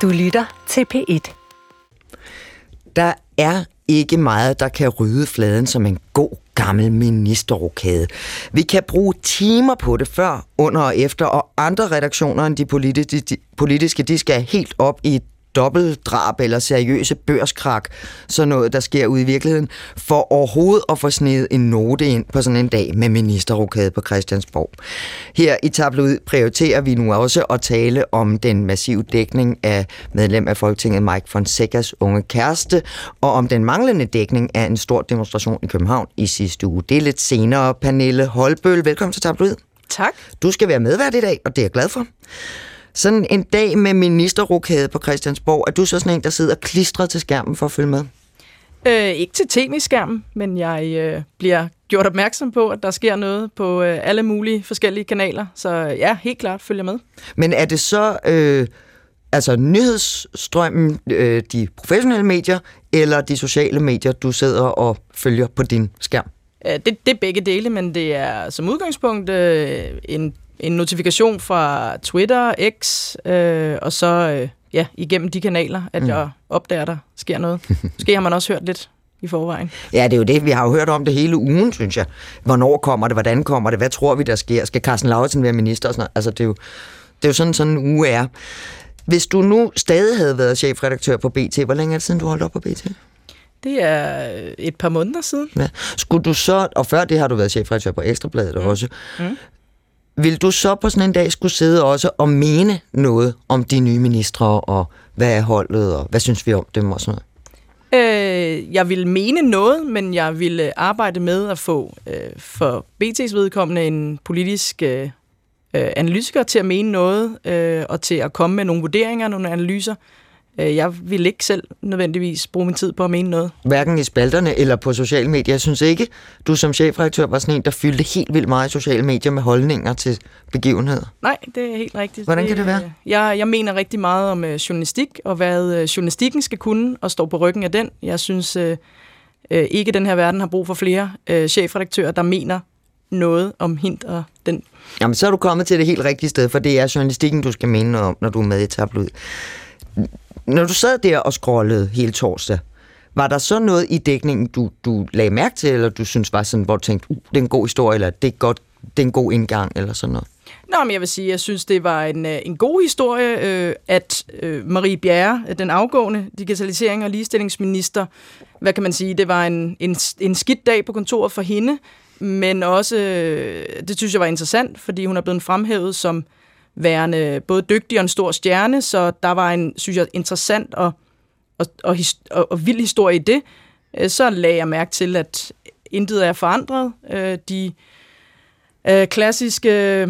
Du lytter til P1. Der er ikke meget, der kan rydde fladen som en god gammel ministerrokade. Vi kan bruge timer på det før, under og efter, og andre redaktioner end de politiske, de skal helt op i et dobbeltdrab eller seriøse børskrak, sådan noget, der sker ude i virkeligheden, for overhovedet at få snedet en note ind på sådan en dag med ministerrokade på Christiansborg. Her i Tabloid prioriterer vi nu også at tale om den massive dækning af medlem af Folketinget Mike Fonsecas unge kæreste, og om den manglende dækning af en stor demonstration i København i sidste uge. Det er lidt senere. Pernille Holbøl, velkommen til Tabloid. Tak. Du skal være medvært i dag, og det er jeg glad for. Sådan en dag med ministerrokade på Christiansborg, er du så sådan en, der sidder klistret til skærmen for at følge med? Ikke til tv-skærmen, men jeg bliver gjort opmærksom på, at der sker noget på alle mulige forskellige kanaler. Så ja, helt klart følger med. Men er det så nyhedsstrømmen, de professionelle medier, eller de sociale medier, du sidder og følger på din skærm? Det er begge dele, men det er som udgangspunkt en notifikation fra Twitter, X, og så igennem de kanaler, at jeg opdager, der sker noget. Måske har man også hørt lidt i forvejen. Ja, det er jo det. Vi har jo hørt om det hele ugen, synes jeg. Hvornår kommer det? Hvordan kommer det? Hvad tror vi, der sker? Skal Carsten Lauritsen være minister? Og sådan noget? Altså, det er jo sådan en uge er. Hvis du nu stadig havde været chefredaktør på BT, hvor længe er det siden, du holdt op på BT? Det er et par måneder siden. Ja. Skulle du så, og før det har du været chefredaktør på Ekstra Bladet også, vil du så på sådan en dag skulle sidde også og mene noget om de nye ministre, og hvad er holdet, og hvad synes vi om dem og sådan noget? Jeg vil mene noget, men jeg vil arbejde med at få for BT's vedkommende en politisk analytiker til at mene noget, og til at komme med nogle vurderinger, nogle analyser. Jeg vil ikke selv nødvendigvis bruge min tid på at mene noget. Hverken i spalterne eller på sociale medier. Jeg synes ikke, du som chefredaktør var sådan en, der fyldte helt vildt meget i sociale medier med holdninger til begivenheder. Nej, det er helt rigtigt. Hvordan kan det være? Jeg mener rigtig meget om journalistik, og hvad journalistikken skal kunne, og stå på ryggen af den. Jeg synes ikke, at den her verden har brug for flere chefredaktører, der mener noget om hint og den. Jamen, så er du kommet til det helt rigtige sted, for det er journalistikken, du skal mene noget om, når du er med i Tabloid. Når du sad der og scrollede hele torsdag, var der så noget i dækningen, du lagde mærke til, eller du synes var sådan, hvor du tænkte, det er en god historie, eller det er en god indgang, eller sådan noget? Nå, men jeg vil sige, jeg synes, det var en god historie, at Marie Bjerre, den afgående digitalisering- og ligestillingsminister, hvad kan man sige, det var en skidt dag på kontoret for hende, men også, det synes jeg var interessant, fordi hun er blevet fremhævet som værende både dygtig og en stor stjerne, så der var en, synes jeg, interessant og vild historie i det. Så lagde jeg mærke til, at intet er forandret. De klassiske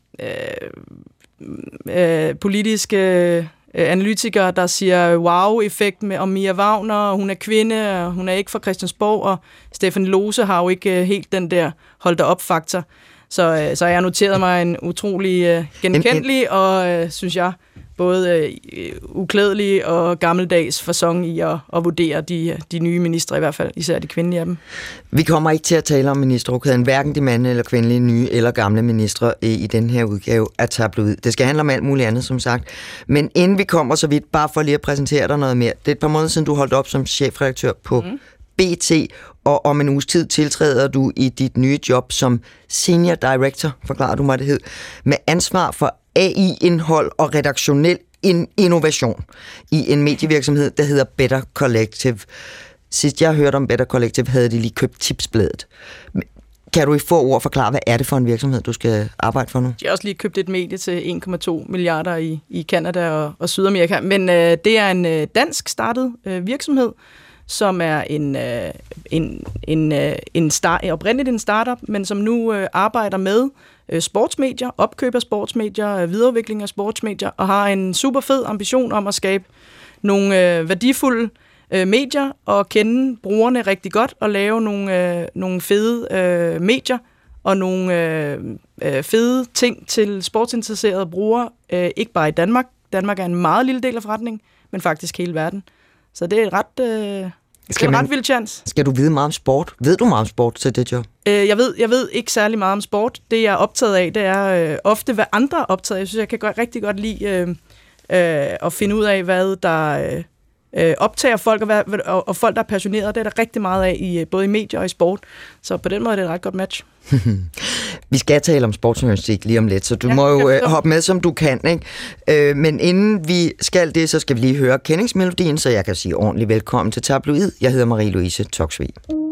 politiske analytikere, der siger wow-effekt om Mia Wagner, og hun er kvinde, og hun er ikke fra Christiansborg, og Stefan Lose har jo ikke helt den der hold da op-faktor. Så jeg har noteret mig en utrolig genkendelig og, synes jeg, både uklædelig og gammeldags facon i at vurdere de nye ministre, i hvert fald især de kvindelige af dem. Vi kommer ikke til at tale om ministerrokaden, hverken de mandlige eller kvindelige, nye eller gamle ministre i den her udgave af Tabloid. Det skal handle om alt muligt andet, som sagt. Men inden vi kommer så vidt, bare for lige at præsentere dig noget mere. Det er et par måneder siden, du holdt op som chefredaktør på BT, og om en uges tid tiltræder du i dit nye job som Senior Director, forklarer du mig det hed, med ansvar for AI-indhold og redaktionel innovation i en medievirksomhed, der hedder Better Collective. Sidst jeg hørte om Better Collective, havde de lige købt Tipsbladet. Kan du i få ord forklare, hvad er det for en virksomhed, du skal arbejde for nu? Jeg har også lige købt et medie til 1,2 milliarder i Canada og Sydamerika, men det er en dansk startet virksomhed, som er oprindeligt en startup, men som nu arbejder med sportsmedier, opkøb af sportsmedier, videreudvikling af sportsmedier, og har en super fed ambition om at skabe nogle værdifulde medier og kende brugerne rigtig godt og lave nogle fede medier og nogle fede ting til sportsinteresserede brugere, ikke bare i Danmark. Danmark er en meget lille del af forretningen, men faktisk hele verden. Så det er ret vild chance. Skal du vide meget om sport? Ved du meget om sport til det job? Jeg ved ikke særlig meget om sport. Det jeg er optaget af, det er ofte, hvad andre er optaget af. Jeg synes, jeg kan rigtig godt lide og finde ud af, hvad der optager folk, og folk, der er passionerede. Det er der rigtig meget af, både i medier og i sport. Så på den måde er det et ret godt match. Vi skal tale om sportsjournalistik lige om lidt, så du må jo hoppe med, som du kan, ikke? Men inden vi skal det, så skal vi lige høre kendingsmelodien, så jeg kan sige ordentligt velkommen til Tabloid. Jeg hedder Marie-Louise Toksvig.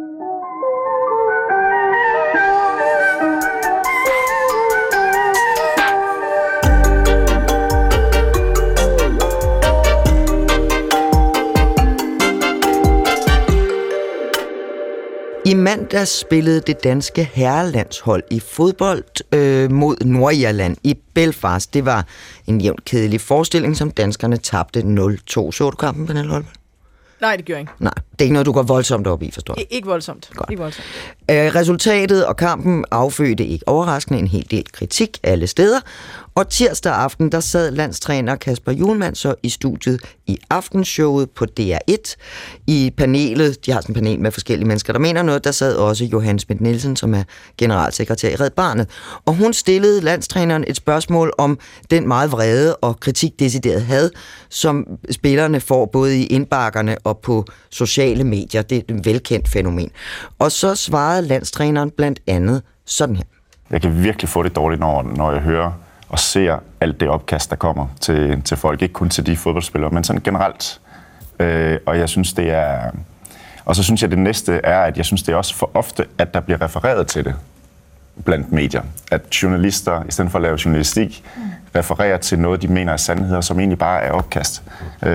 I mandags spillede det danske herrelandshold i fodbold mod Nordirland i Belfast. Det var en jævnt kedelig forestilling, som danskerne tabte 0-2. Så du kampen, Pernille Holberg? Nej, det gjorde jeg ikke. Nej, det er ikke noget, du går voldsomt op i, forstår jeg. Ikke voldsomt. Ikke voldsomt. Resultatet og kampen affødte ikke overraskende en hel del kritik alle steder. Og tirsdag aften, der sad landstræner Kasper Hjulmand så i studiet i aftenshowet på DR1. I panelet, de har sådan en panel med forskellige mennesker, der mener noget, der sad også Johan Schmidt-Nielsen, som er generalsekretær i Red Barnet. Og hun stillede landstræneren et spørgsmål om den meget vrede og kritik decideret had, som spillerne får både i indbakkerne og på sociale medier. Det er et velkendt fænomen. Og så svarede landstræneren blandt andet sådan her. Jeg kan virkelig få det dårligt, når jeg hører og ser alt det opkast, der kommer til folk. Ikke kun til de fodboldspillere, men sådan generelt. Og jeg synes, det er... Og så synes jeg, det næste er, at jeg synes, det er også for ofte, at der bliver refereret til det blandt medier. At journalister, i stedet for at lave journalistik, refererer til noget, de mener er sandheder, som egentlig bare er opkast.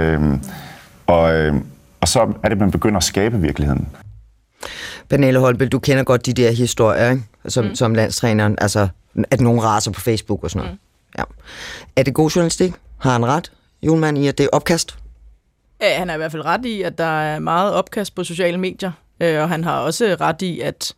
Og så er det, man begynder at skabe virkeligheden. Pernille Holberg, du kender godt de der historier, ikke? Som landstræneren, altså at nogen raser på Facebook og sådan noget. Ja. Er det god journalistik? Har han ret, Hjulmand, i at det er opkast? Ja, han er i hvert fald ret i, at der er meget opkast på sociale medier, og han har også ret i, at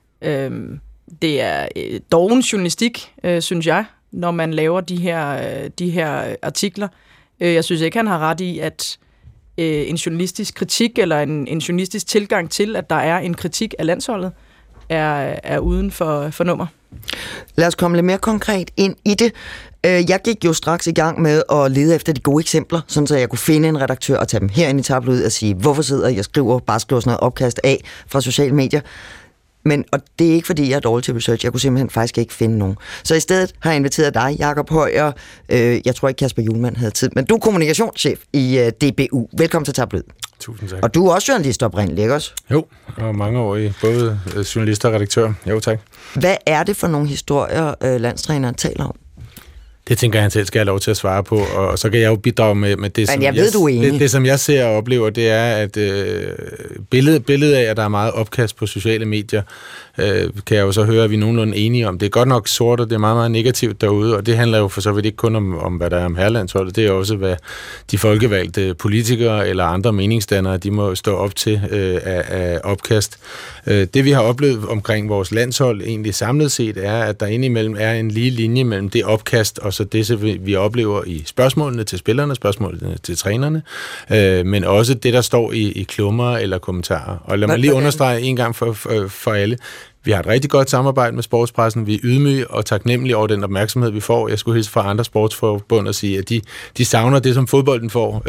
det er doven journalistik, synes jeg, når man laver de her artikler. Jeg synes ikke, han har ret i, at en journalistisk kritik eller en journalistisk tilgang til, at der er en kritik af landsholdet, er uden for nummer. Lad os komme lidt mere konkret ind i det. Jeg gik jo straks i gang med at lede efter de gode eksempler, sådan så jeg kunne finde en redaktør og tage dem herinde i Tabloid og sige, hvorfor sidder jeg skriver sådan noget opkast af fra sociale medier. Og det er ikke, fordi jeg er dårlig til research. Jeg kunne simpelthen faktisk ikke finde nogen. Så i stedet har jeg inviteret dig, Jakob Højer. Jeg tror ikke, Kasper Hjulmand havde tid, men du er kommunikationschef i DBU. Velkommen til Tabloid. Tusind tak. Og du er også journalist oprindeligt, ikke også? Jo, og mange år i både journalist og redaktør. Jo, tak. Hvad er det for nogle historier, landstræneren taler om? Det tænker jeg, han selv skal have lov til at svare på, og så kan jeg jo bidrage med det, som det som jeg ser og oplever, det er, at billedet af, at der er meget opkast på sociale medier, kan jeg jo så høre, at vi er nogenlunde enige om. Det er godt nok sort, og det er meget, meget negativt derude, og det handler jo for så vidt ikke kun om hvad der er om herrelandsholdet, det er også, hvad de folkevalgte politikere eller andre meningsdannere, de må stå op til af opkast. Det vi har oplevet omkring vores landshold egentlig samlet set, er, at der indimellem er en lige linje mellem det opkast og så det, vi oplever i spørgsmålene til spillerne, spørgsmålene til trænerne, men også det, der står i klummer eller kommentarer. Og lad mig lige understrege en gang for alle. Vi har et rigtig godt samarbejde med sportspressen. Vi er ydmyge og taknemmelige over den opmærksomhed, vi får. Jeg skulle hilse fra andre sportsforbund og sige, at de savner det, som fodbolden får.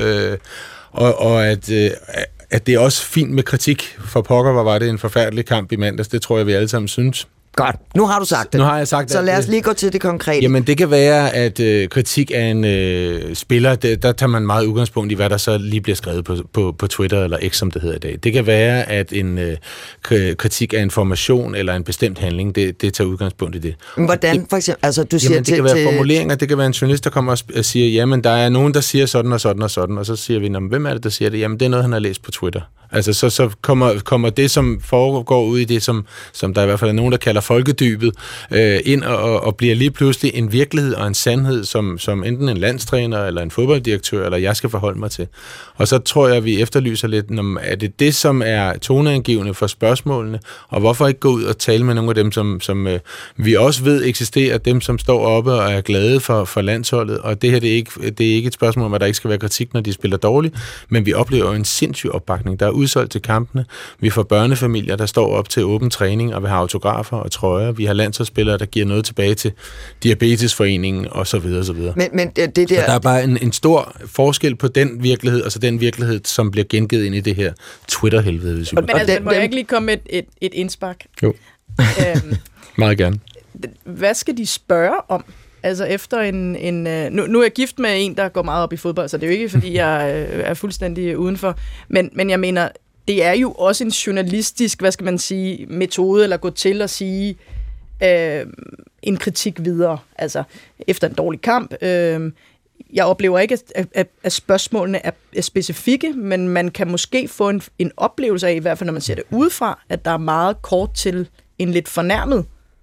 Og at det er også fint med kritik. For pokker, hvor var det en forfærdelig kamp i mandags. Det tror jeg, vi alle sammen synes. Godt, nu har du sagt det. Nu har jeg sagt det. Så lad os lige gå til det konkrete. Jamen, det kan være, at kritik af en spiller, der tager man meget udgangspunkt i, hvad der så lige bliver skrevet på Twitter, eller X, som det hedder i dag. Det kan være, at en kritik af information eller en bestemt handling, det tager udgangspunkt i det. Hvordan, for eksempel? Altså, du siger det kan være formuleringer, det kan være en journalist, der kommer og siger, jamen, der er nogen, der siger sådan og sådan og sådan, og så siger vi, hvem er det, der siger det? Jamen, det er noget, han har læst på Twitter. Altså, så kommer det, som foregår ud i det, som der i hvert fald er nogen, der kalder folkedybet, ind og bliver lige pludselig en virkelighed og en sandhed, som enten en landstræner eller en fodbolddirektør eller jeg skal forholde mig til. Og så tror jeg, at vi efterlyser lidt, er det, som er toneangivende for spørgsmålene, og hvorfor ikke gå ud og tale med nogle af dem, som vi også ved eksisterer, dem, som står oppe og er glade for landsholdet, og det her, det er ikke et spørgsmål om, at der ikke skal være kritik, når de spiller dårligt, men vi oplever en sindssyg opbakning. Der er udsolgt til kampene. Vi får børnefamilier, der står op til åben træning og vil have autografer, og trøjer. Vi har landsholdsspillere, der giver noget tilbage til Diabetesforeningen og så videre, så videre. Men det der... Så der er bare en stor forskel på den virkelighed, og så den virkelighed, som bliver gengivet ind i det her Twitter-helvede. Hvis men altså, må jeg ikke lige komme med et indspark? Jo. Meget gerne. Hvad skal de spørge om? Altså efter nu er jeg gift med en, der går meget op i fodbold, så det er jo ikke, fordi jeg er fuldstændig udenfor. Men jeg mener, det er jo også en journalistisk, hvad skal man sige, metode, eller gå til at sige en kritik videre. Altså efter en dårlig kamp. Jeg oplever ikke, at spørgsmålene er specifikke, men man kan måske få en oplevelse af, i hvert fald når man ser det udefra, at der er meget kort til en lidt fornærmet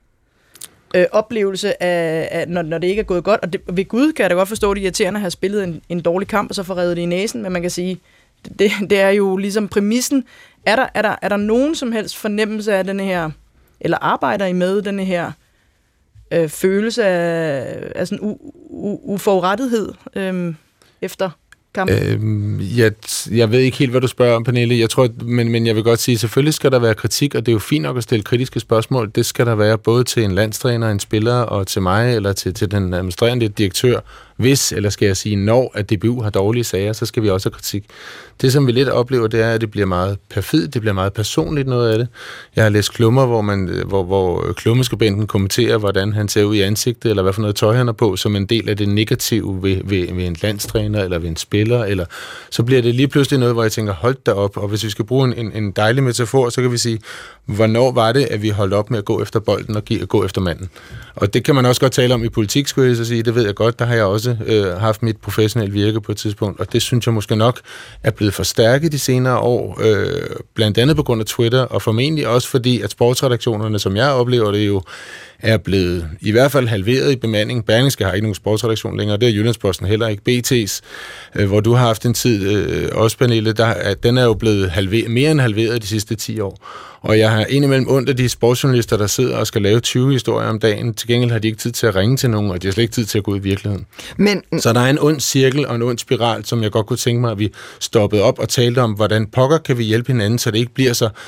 oplevelse af når det ikke er gået godt. Og ved Gud kan jeg da godt forstå, at det irriterende at have spillet en dårlig kamp, og så få revet det i næsen, men man kan sige, det er jo ligesom præmissen. Er der nogen som helst fornemmelse af denne her, eller arbejder I med denne her følelse af sådan uforrettighed efter kampen? Jeg ved ikke helt, hvad du spørger om, Pernille. Jeg tror, men jeg vil godt sige, selvfølgelig skal der være kritik, og det er jo fint nok at stille kritiske spørgsmål. Det skal der være både til en landstræner, en spiller, og til mig, eller til den administrerende direktør. Hvis, eller skal jeg sige, når at DBU har dårlige sager, så skal vi også have kritik. Det, som vi lidt oplever, det er, at det bliver meget perfidt, det bliver meget personligt noget af det. Jeg har læst klummer, hvor klummeskribenten kommenterer, hvordan han ser ud i ansigtet, eller hvad for noget tøj han er på, som en del af det negative ved en landstræner, eller ved en spiller, eller så bliver det lige pludselig noget, hvor jeg tænker, hold da op, og hvis vi skal bruge en dejlig metafor, så kan vi sige, hvornår var det, at vi holdt op med at gå efter bolden og gå efter manden? Og det kan man også godt tale om i politik, skulle jeg så sige, det ved jeg godt, der har jeg også haft mit professionelle virke på et tidspunkt, og det synes jeg måske nok er blevet forstærket de senere år, blandt andet på grund af Twitter, og formentlig også fordi, at sportsredaktionerne, som jeg oplever det jo, er blevet i hvert fald halveret i bemanding. Berlingske har ikke nogen sportsredaktion længere, det er Jyllandsposten heller ikke. BT's, hvor du har haft en tid, også Pernille, den er jo blevet mere end halveret de sidste 10 år. Og jeg har indimellem ondt af de sportsjournalister, der sidder og skal lave 20 historier om dagen. Til gengæld har de ikke tid til at ringe til nogen, og de har slet ikke tid til at gå ud i virkeligheden. Så der er en ond cirkel og en ond spiral, som jeg godt kunne tænke mig, at vi stoppede op og talte om, hvordan pokker kan vi hjælpe hinanden, så det ikke bliver så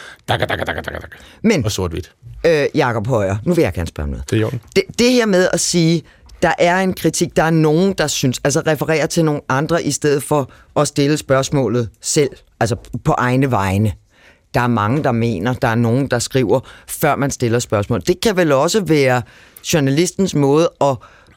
og sort-hvidt. Jakob Højer, nu vil jeg gerne spørge om noget. Det er jo det her med at sige, der er en kritik, der er nogen, der synes, altså refererer til nogle andre, i stedet for at stille spørgsmålet selv, altså på egne vegne. Der er mange, der mener, der er nogen, der skriver, før man stiller spørgsmål. Det kan vel også være journalistens måde at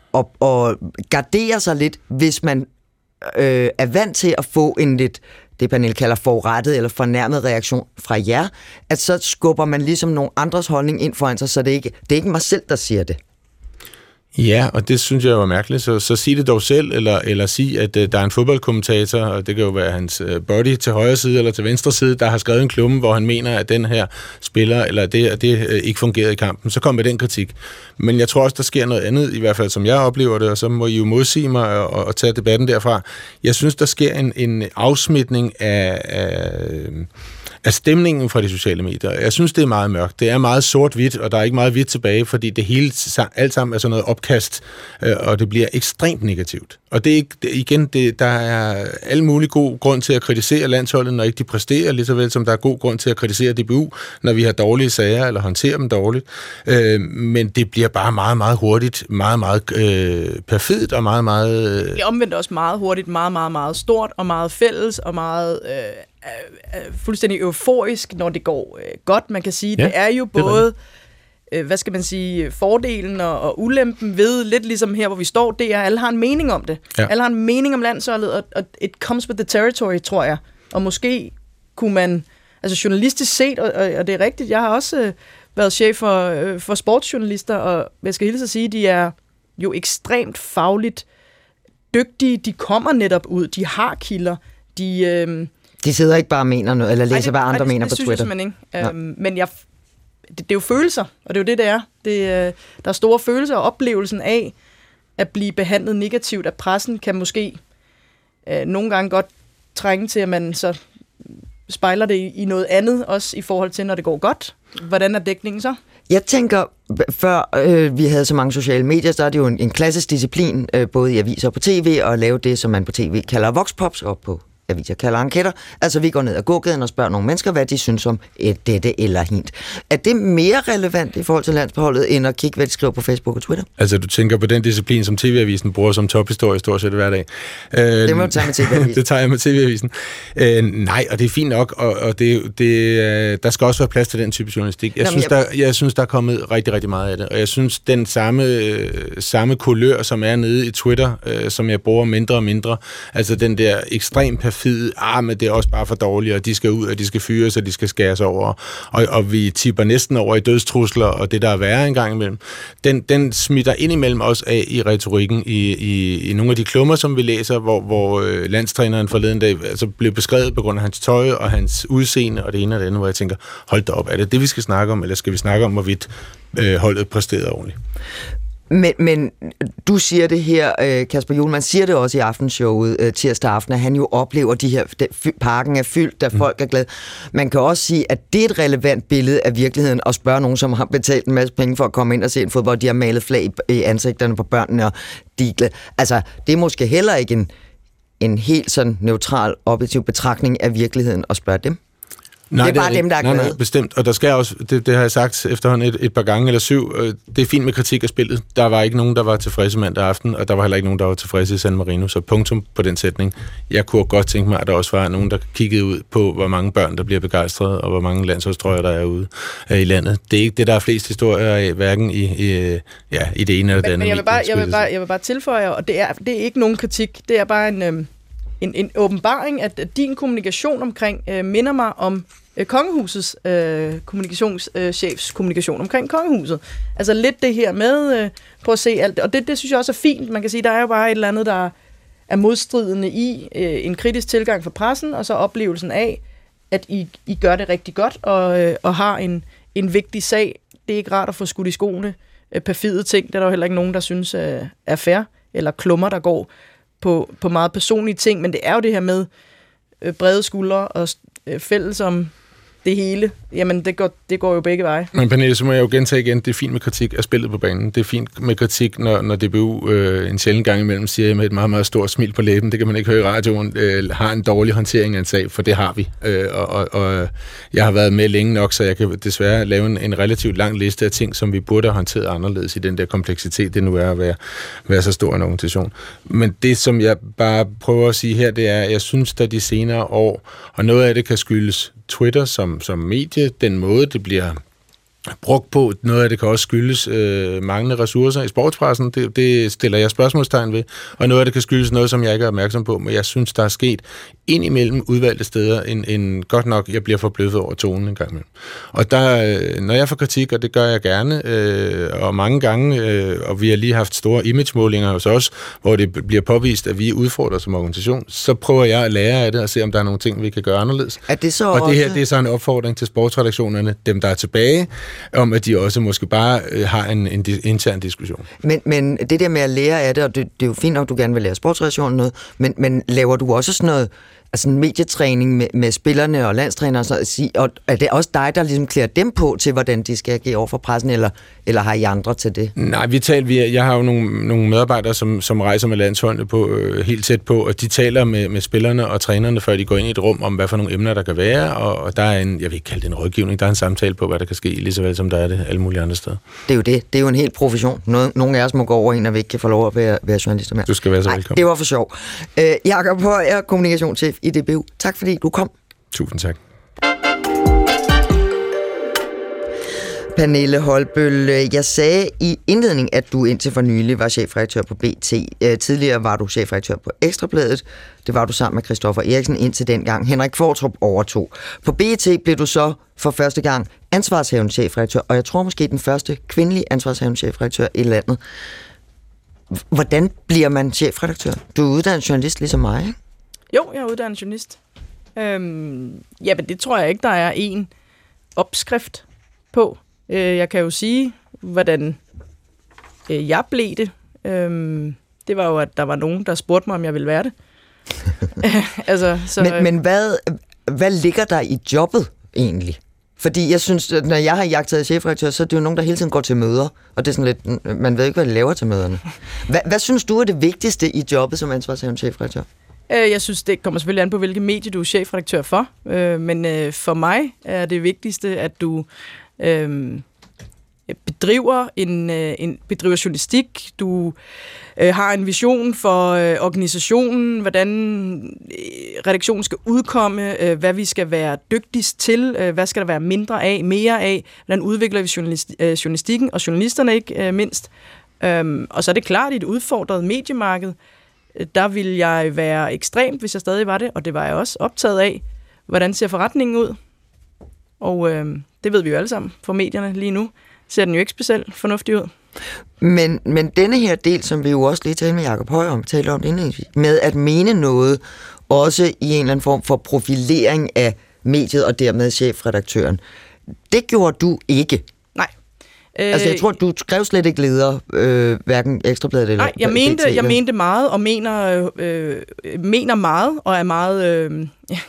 gardere sig lidt, hvis man er vant til at få en lidt, det Pernille kalder forurettet eller fornærmet reaktion fra jer, at så skubber man ligesom nogle andres holdning ind foran sig, så det er ikke mig selv, der siger det. Ja, og det synes jeg var mærkeligt. Så sig det dog selv, eller sig, at der er en fodboldkommentator, og det kan jo være hans buddy til højre side eller til venstre side, der har skrevet en klumme, hvor han mener, at den her spiller, eller det ikke fungerede i kampen. Så kom med den kritik. Men jeg tror også, der sker noget andet, i hvert fald som jeg oplever det, og så må I jo modsige mig og tage debatten derfra. Jeg synes, der sker en afsmitning af stemningen fra de sociale medier. Jeg synes, det er meget mørkt. Det er meget sort-hvidt, og der er ikke meget hvidt tilbage, fordi det hele alt sammen er sådan noget opkast, og det bliver ekstremt negativt. Og det er ikke, der er alle mulige god grund til at kritisere landsholdet, når ikke de præsterer, lige så vel som der er god grund til at kritisere DBU, når vi har dårlige sager, eller håndterer dem dårligt. Men det bliver bare meget, meget hurtigt, meget, meget perfidt, og meget, meget... Det er omvendt også meget hurtigt, meget, meget, meget stort, og meget fælles, og meget... fuldstændig euforisk, når det går godt. Man kan sige, det er jo både, hvad skal man sige, fordelen og ulempen ved, lidt ligesom her, hvor vi står, det er, at alle har en mening om det. Ja. Alle har en mening om landsholdet, og it comes with the territory, tror jeg. Og måske kunne man, altså journalistisk set, og det er rigtigt, jeg har også været chef for sportsjournalister, og jeg skal hilse at sige, de er jo ekstremt fagligt dygtige, de kommer netop ud, de har kilder, de sidder ikke bare og mener noget, eller læser, hvad andre mener på Twitter. Det synes jeg simpelthen ikke. Men det er jo følelser, og det er jo det er. Der er store følelser, og oplevelsen af at blive behandlet negativt af pressen, kan måske nogle gange godt trænge til, at man så spejler det i noget andet, også i forhold til, når det går godt. Hvordan er dækningen så? Jeg tænker, før vi havde så mange sociale medier, så er det jo en klassisk disciplin, både i aviser og på tv, at lave det, som man på tv kalder voxpops, og på aviser kalder enqueter. Altså vi går ned ad gågaden og spørger nogle mennesker, hvad de synes om dette eller hint. Er det mere relevant i forhold til landsholdet, end at kigge, hvad de skriver på Facebook og Twitter? Altså du tænker på den disciplin, som TV-avisen bruger som tophistorie stort set hver dag. Det må du tage med TV-avisen. Det tager jeg med TV-avisen. Nej, og det er fint nok, og der skal også være plads til den type journalistik. Jeg synes, der er kommet rigtig, rigtig meget af det, og jeg synes, den samme kulør, som er nede i Twitter, som jeg bruger mindre og mindre, altså den der ekstremt perfide, men det er også bare for dårligt, og de skal ud, og de skal fyres, og de skal skæres over, og vi tipper næsten over i dødstrusler, og det der er værre en gang imellem, den smitter ind imellem os af i retorikken, i nogle af de klummer, som vi læser, hvor landstræneren forleden dag altså blev beskrevet på grund af hans tøj, og hans udseende, og det ene og det andet, hvor jeg tænker, hold da op, er det vi skal snakke om, eller skal vi snakke om, hvorvidt holdet præsterede ordentligt? Men du siger det her, Kasper Juhl, man siger det også i aftenshowet tirsdag aften, at han jo oplever de her, parken er fyldt, da folk er glade. Man kan også sige, at det er et relevant billede af virkeligheden at spørge nogen, som har betalt en masse penge for at komme ind og se en fodbold, de har malet flag i ansigterne på børnene, og de er glade. Altså, det er måske heller ikke en helt sådan neutral, objektiv betragtning af virkeligheden at spørge dem. Nej, det er bare dem, der er glade. Nej, bestemt. Og der skal også, det har jeg sagt efterhånden et par gange eller 7, det er fint med kritik af spillet. Der var ikke nogen, der var tilfredse mandag aften, og der var heller ikke nogen, der var tilfredse i San Marino. Så punktum på den sætning. Jeg kunne godt tænke mig, at der også var nogen, der kiggede ud på, hvor mange børn, der bliver begejstrede, og hvor mange landsholdstrøjer, der er ude i landet. Det er ikke det, der er flest historier af, hverken i det ene eller det andet. Men jeg vil bare tilføje, og det er ikke nogen kritik. Det er bare en åbenbaring, at din kommunikation omkring minder mig om kongehusets kommunikationschefs kommunikation omkring kongehuset. Altså lidt det her med, prøv at se alt det. Og det synes jeg også er fint. Man kan sige, der er jo bare et eller andet, der er modstridende i en kritisk tilgang for pressen, og så oplevelsen af, at I gør det rigtig godt, og har en vigtig sag. Det er ikke rart at få skudt i skoene perfide ting. Det er der jo heller ikke nogen, der synes er fair, eller klummer, der går på meget personlige ting, men det er jo det her med brede skuldre og fælles om det hele. Jamen, det går jo begge veje. Men Pernille, så må jeg jo gentage igen, det er fint med kritik af spillet på banen. Det er fint med kritik, når DBU en sjældent gang imellem siger med et meget, meget stort smil på læben. Det kan man ikke høre i radioen. Har en dårlig håndtering af en sag, for det har vi. Og jeg har været med længe nok, så jeg kan desværre lave en relativt lang liste af ting, som vi burde have håndteret anderledes i den der kompleksitet, det nu er at være så stor en organisation. Men det, som jeg bare prøver at sige her, det er, at jeg synes, at de senere år, og noget af det kan skyldes Twitter som medie, den måde, det bliver brugt på. Noget af det kan også skyldes manglende ressourcer i sportspressen. Det stiller jeg spørgsmålstegn ved. Og noget af det kan skyldes noget, som jeg ikke er opmærksom på, men jeg synes, der er sket indimellem udvalgte steder en godt nok, jeg bliver forbløffet over tonen en gang imellem. Og der, når jeg får kritik, og det gør jeg gerne, og mange gange, og vi har lige haft store imagemålinger hos os, hvor det bliver påvist, at vi er udfordret som organisation, så prøver jeg at lære af det og se, om der er nogle ting, vi kan gøre anderledes. Er det så og også... det her, det er så en opfordring til sportsredaktionerne, dem der er tilbage, om at de også måske bare har en intern diskussion. Men det der med at lære af det, og det er jo fint nok, du gerne vil lære sportsredaktionen noget, men laver du også sådan noget, altså en medietræning med spillerne og landstrænere, og er det også dig, der ligesom klæder dem på til, hvordan de skal agere over for pressen, eller har I andre til det? Nej, jeg har jo nogle medarbejdere, som rejser med landsholdene på, helt tæt på, og de taler med spillerne og trænerne, før de går ind i et rum om, hvad for nogle emner, der kan være, og der er jeg vil ikke kalde det en rådgivning, der er en samtale på, hvad der kan ske, lige så vel som der er det alle mulige andre steder. Det er jo det. Det er jo en hel profession. Nogle af os må gå over en, og vi ikke kan få lov at være journalister mere. Du skal være så velkommen. Det var for sjov. Jakob Højer, kommunikationschef i DBU. Tak fordi du kom. Tusind tak. Pernille Holbøll, jeg sagde i indledning, at du indtil for nylig var chefredaktør på BT. Tidligere var du chefredaktør på Ekstrabladet. Det var du sammen med Christoffer Eriksen indtil dengang Henrik Qvortrup overtog. På BT blev du så for første gang ansvarshavende chefredaktør, og jeg tror måske den første kvindelige ansvarshavende chefredaktør i landet. Hvordan bliver man chefredaktør? Du er uddannet journalist ligesom mig, ikke? Jo, jeg er uddannet journalist. Men det tror jeg ikke, der er en opskrift på. Jeg kan jo sige, hvordan jeg blev det. Det var jo, at der var nogen, der spurgte mig, om jeg ville være det. Men hvad ligger der i jobbet egentlig? Fordi jeg synes, at når jeg har jagtet chefredaktør, så er det jo nogen, der hele tiden går til møder. Og det er sådan lidt, man ved ikke, hvad de laver til møderne. Hvad synes du er det vigtigste i jobbet som ansvarshavende chefredaktør? Jeg synes, det kommer selvfølgelig an på, hvilket medie du er chefredaktør for. Men for mig er det vigtigste, at du bedriver bedriver journalistik. Du har en vision for organisationen, hvordan redaktionen skal udkomme, hvad vi skal være dygtigst til, hvad skal der være mindre af, mere af, hvordan udvikler vi journalistikken, og journalisterne ikke mindst. Og så er det klart, i et udfordret mediemarked, der vil jeg være ekstremt, hvis jeg stadig var det, og det var jeg også optaget af, hvordan ser forretningen ud. Og det ved vi jo alle sammen for medierne lige nu, ser den jo ikke specielt fornuftig ud. Men denne her del, som vi jo også lige talte med Jacob Højer om, talte om indledningsvis, med at mene noget, også i en eller anden form for profilering af mediet og dermed chefredaktøren, det gjorde du ikke. Nej. Altså, jeg tror, du skrev slet ikke leder, hverken Ekstrabladet eller... Nej, jeg mente meget, og mener meget, og er meget...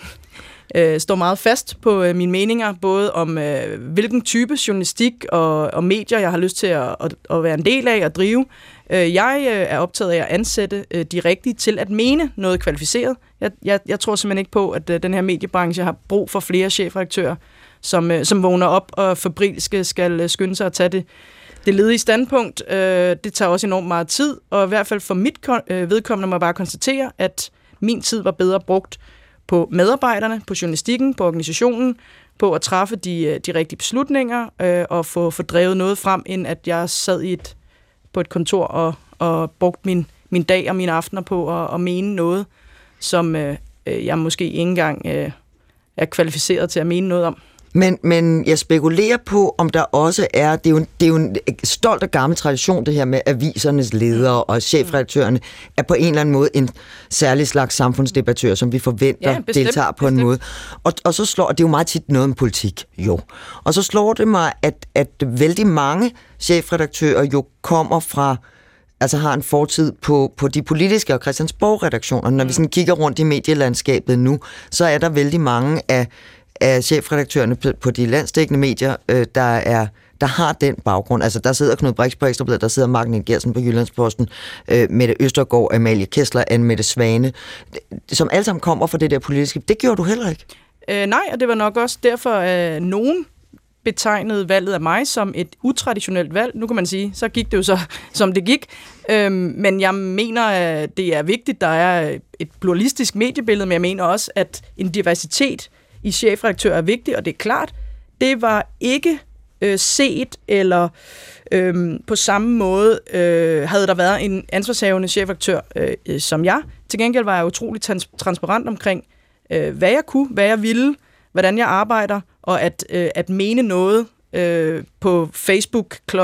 står meget fast på mine meninger, både om hvilken type journalistik og medier, jeg har lyst til at være en del af og drive. Jeg er optaget af at ansætte de rigtige til at mene noget kvalificeret. Jeg tror simpelthen ikke på, at den her mediebranche har brug for flere chefredaktører, som vågner op og febrilske skal skynde sig at tage det ledige standpunkt. Det tager også enormt meget tid, og i hvert fald for mit vedkommende må jeg bare konstatere, at min tid var bedre brugt på medarbejderne, på journalistikken, på organisationen, på at træffe de rigtige beslutninger og få drevet noget frem, end at jeg sad på et kontor og brugte min dag og mine aftener på at mene noget, som jeg måske ikke engang er kvalificeret til at mene noget om. Men jeg spekulerer på, om der også er... Det er jo en stolt og gammel tradition, det her med avisernes ledere og chefredaktørerne, er på en eller anden måde en særlig slags samfundsdebattør, som vi forventer deltager på en måde. Og så slår det er jo meget tit noget om politik, jo. Og så slår det mig, at vældig mange chefredaktører jo kommer fra... altså har en fortid på de politiske og Christiansborg-redaktioner. Når vi sådan kigger rundt i medielandskabet nu, så er der vældig mange af chefredaktørerne på de landsdækkende medier, der har den baggrund. Altså, der sidder Knud Brix på Ekstrabladet, der sidder Mark Nielsen på Jyllandsposten, Mette Østergaard, Amalie Kessler, Anne-Mette Svane, som alle sammen kommer fra det der politiske. Det gjorde du heller ikke? Nej, og det var nok også derfor, nogen betegnede valget af mig som et utraditionelt valg. Nu kan man sige, så gik det jo så, som det gik. Men jeg mener, at det er vigtigt, der er et pluralistisk mediebillede, men jeg mener også, at en diversitet i chefredaktør er vigtig, og det er klart, det var ikke set, eller på samme måde havde der været en ansvarshavende chefredaktør som jeg. Til gengæld var jeg utroligt transparent omkring, hvad jeg kunne, hvad jeg ville, hvordan jeg arbejder, og at mene noget på Facebook kl.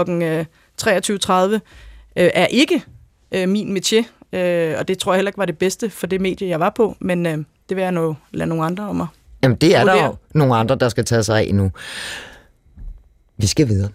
23.30 er ikke min métier, og det tror jeg heller ikke var det bedste for det medie, jeg var på, men det vil jeg lade nogle andre om at... Jamen, det er der jo nogle andre, der skal tage sig af nu. Vi skal videre.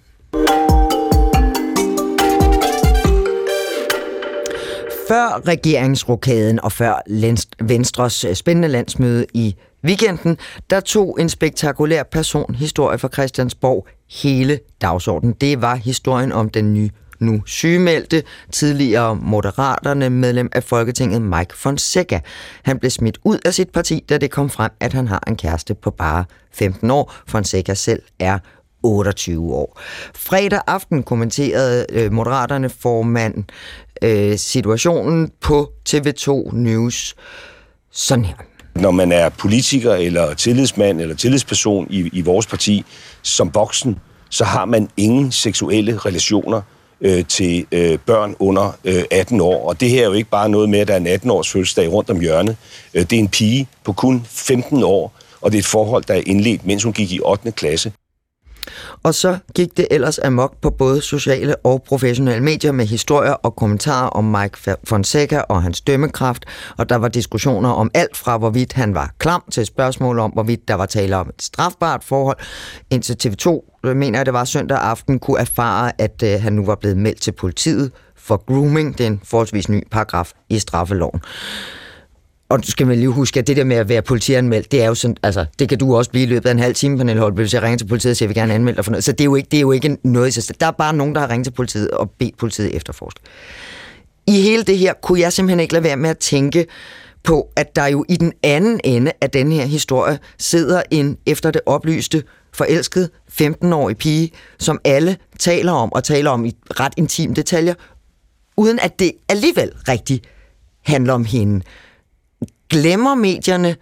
Før regeringsrokaden og før Venstres spændende landsmøde i weekenden, der tog en spektakulær personhistorie fra Christiansborg hele dagsordenen. Det var historien om den nu sygemeldte, tidligere Moderaterne medlem af Folketinget Mike Fonseca. Han blev smidt ud af sit parti, da det kom frem, at han har en kæreste på bare 15 år. Fonseca selv er 28 år. Fredag aften kommenterede Moderaterne formand situationen på TV2 News sådan her. Når man er politiker eller tillidsmand eller tillidsperson i vores parti som voksen, så har man ingen seksuelle relationer til børn under 18 år. Og det her er jo ikke bare noget med, at der er en 18-års fødselsdag rundt om hjørnet. Det er en pige på kun 15 år, og det er et forhold, der er indledt, mens hun gik i 8. klasse. Og så gik det ellers amok på både sociale og professionelle medier med historier og kommentarer om Mike Fonseca og hans dømmekraft, og der var diskussioner om alt fra hvorvidt han var klam til spørgsmål om hvorvidt der var tale om et strafbart forhold, indtil TV2, mener jeg det var søndag aften, kunne erfare, at han nu var blevet meldt til politiet for grooming, det er en forholdsvis ny paragraf i straffeloven. Og du skal vel lige huske, at det der med at være politianmeldt, det er jo sådan, altså, det kan du også blive i løbet af en halv time, Pernille Holtby, hvis jeg ringer til politiet og siger, at jeg vil gerne anmelde dig for noget. Så det er jo ikke noget i sig selv. Der er bare nogen, der har ringet til politiet og bedt politiet efterforske. I hele det her kunne jeg simpelthen ikke lade være med at tænke på, at der jo i den anden ende af den her historie sidder en, efter det oplyste, forelsket 15-årig pige, som alle taler om i ret intime detaljer, uden at det alligevel rigtig handler om hende. Glemmer medierne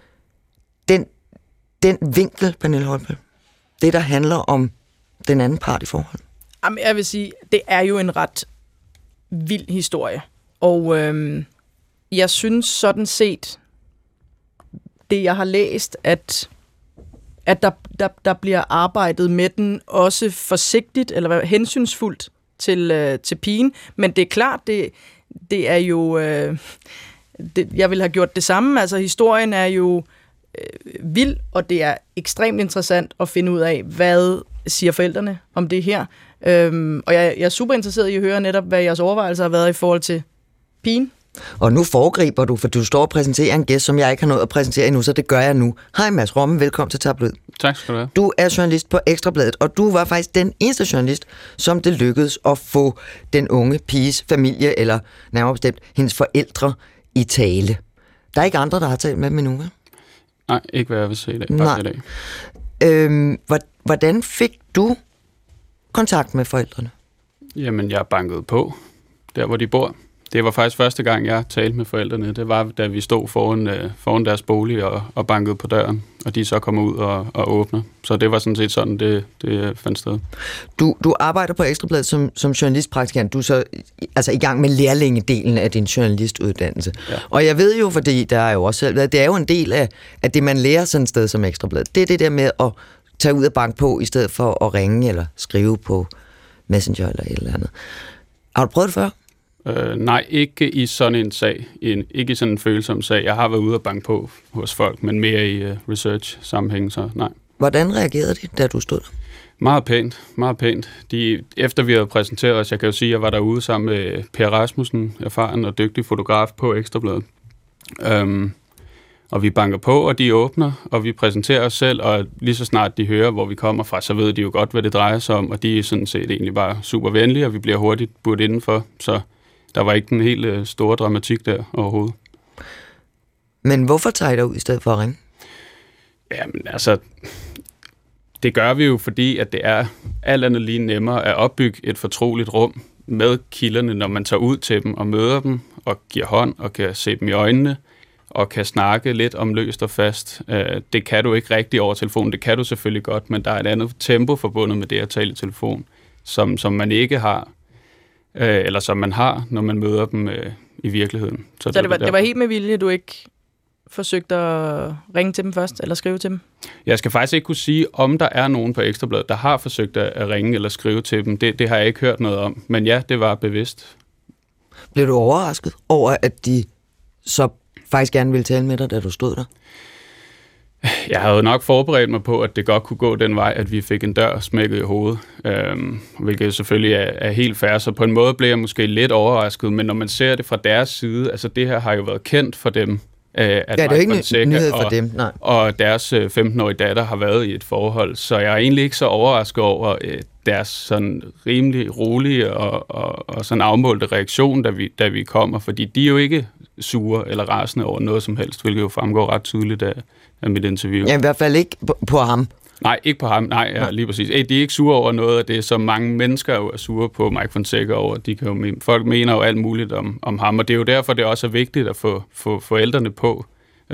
den vinkel, Pernille Holbæk? Det, der handler om den anden part i forhold? Jamen, jeg vil sige, det er jo en ret vild historie. Og jeg synes sådan set, det jeg har læst, at der bliver arbejdet med den også forsigtigt, eller hensynsfuldt til pigen. Men det er klart, det er jo... jeg ville have gjort det samme. Altså, historien er jo vild, og det er ekstremt interessant at finde ud af, hvad siger forældrene om det her. Og jeg er super interesseret i at høre netop, hvad jeres overvejelser har været i forhold til pigen. Og nu foregriber du, for du står og præsenterer en gæst, som jeg ikke har nået at præsentere endnu, så det gør jeg nu. Hej Mads Romme, velkommen til Tabloid. Tak skal du have. Du er journalist på Ekstrabladet, og du var faktisk den eneste journalist, som det lykkedes at få den unge piges familie, eller nærmere bestemt hendes forældre, i tale. Der er ikke andre, der har talt med dem endnu, vel? Nej, ikke hvad jeg vil se i dag. I dag. Hvordan fik du kontakt med forældrene? Jamen, jeg bankede på, der hvor de bor. Det var faktisk første gang, jeg talte med forældrene. Det var, da vi stod foran deres bolig og bankede på døren, og de så kommer ud og åbner. Så det var sådan set sådan, det fandt sted. Du arbejder på Ekstrabladet som journalistpraktikant. Du er så altså i gang med lærlingedelen af din journalistuddannelse. Ja. Og jeg ved jo, fordi der er jo også selv, det er jo en del af det, man lærer sådan et sted som Ekstrabladet. Det er det der med at tage ud og banke på, i stedet for at ringe eller skrive på Messenger eller et eller andet. Har du prøvet det før? Nej, ikke i sådan en sag. Ikke i sådan en følsom sag. Jeg har været ude og banke på hos folk, men mere i research-sammenhæng, så nej. Hvordan reagerede de, da du stod der? Meget pænt, meget pænt. Efter vi havde præsenteret os, jeg kan jo sige, at jeg var derude sammen med Per Rasmussen, erfaren og dygtig fotograf på Ekstrabladet. Og vi banker på, og de åbner, og vi præsenterer os selv, og lige så snart de hører, hvor vi kommer fra, så ved de jo godt, hvad det drejer sig om, og de er sådan set egentlig bare super venlige, og vi bliver hurtigt budt indenfor, så der var ikke den helt store dramatik der overhovedet. Men hvorfor tager I dig ud i stedet for at ringe? Jamen altså, det gør vi jo, fordi at det er alt andet lige nemmere at opbygge et fortroligt rum med kilderne, når man tager ud til dem og møder dem, og giver hånd og kan se dem i øjnene, og kan snakke lidt om løst og fast. Det kan du ikke rigtig over telefonen. Det kan du selvfølgelig godt, men der er et andet tempo forbundet med det at tale i telefon, som man ikke har, eller som man har, når man møder dem i virkeligheden. Så det var helt med vilje, du ikke forsøgte at ringe til dem først, eller skrive til dem? Jeg skal faktisk ikke kunne sige, om der er nogen på Ekstrabladet, der har forsøgt at ringe eller skrive til dem. Det har jeg ikke hørt noget om. Men ja, det var bevidst. Blev du overrasket over, at de så faktisk gerne ville tale med dig, da du stod der? Jeg havde nok forberedt mig på, at det godt kunne gå den vej, at vi fik en dør smækket i hovedet, hvilket selvfølgelig er helt fair, så på en måde blev jeg måske lidt overrasket, men når man ser det fra deres side, altså det her har jo været kendt for dem, at det er ikke en nyhed for dem, nej. Og deres 15-årige datter har været i et forhold, så jeg er egentlig ikke så overrasket over deres sådan rimelig rolige og sådan afmålte reaktion, da vi kommer, fordi de er jo ikke sure eller rasende over noget som helst, hvilket jo fremgår ret tydeligt af mit interview. Ja, i hvert fald ikke på ham. Nej, ikke på ham. Nej, ja, lige præcis. De er ikke sure over noget af det, som mange mennesker jo er sure på Mike Fonseca over. Folk mener jo alt muligt om ham, og det er jo derfor, det også er vigtigt at få forældrene på.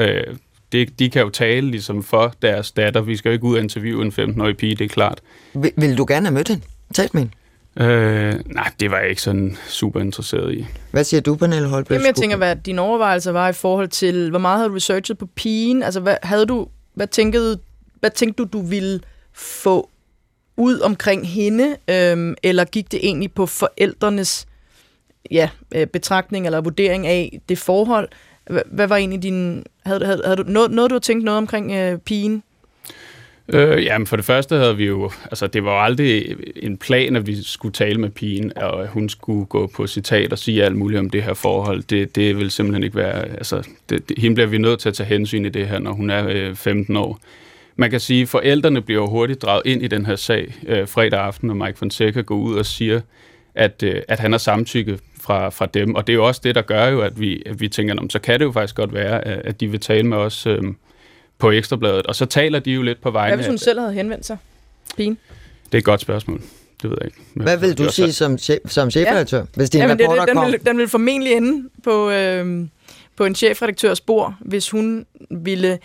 De kan jo tale ligesom for deres datter. Vi skal jo ikke ud og interviewe en 15-årig pige, det er klart. Vil du gerne have mødt hende? Talt med hende? Nej, det var jeg ikke sådan super interesseret i. Hvad siger du, Pernille Holbæk? Jamen, jeg tænker, hvad dine overvejelser var i forhold til, hvor meget havde du researchet på pigen? Altså, hvad tænkte du ville få ud omkring hende? Eller gik det egentlig på forældrenes betragtning eller vurdering af det forhold? Hvad var egentlig din... Havde du noget, du har tænkt noget omkring pigen? Jamen for det første havde vi jo, altså det var jo aldrig en plan, at vi skulle tale med pigen, og at hun skulle gå på citat og sige alt muligt om det her forhold. Det vil simpelthen ikke være, altså hende bliver vi nødt til at tage hensyn i det her, når hun er 15 år. Man kan sige, at forældrene bliver jo hurtigt draget ind i den her sag fredag aften, når Mike Fonseca går ud og siger, at han har samtykket fra dem. Og det er jo også det, der gør jo, at vi tænker, så kan det jo faktisk godt være, at de vil tale med os på Ekstrabladet. Og så taler de jo lidt på vegne af... Hvad hvis hun selv havde henvendt sig? Pigen? Det er et godt spørgsmål. Det ved jeg ikke. Hvad vil du sige som chefredaktør, hvis din rapporter kom? Den vil formentlig ende på en chefredaktørs bord, hvis hun ville...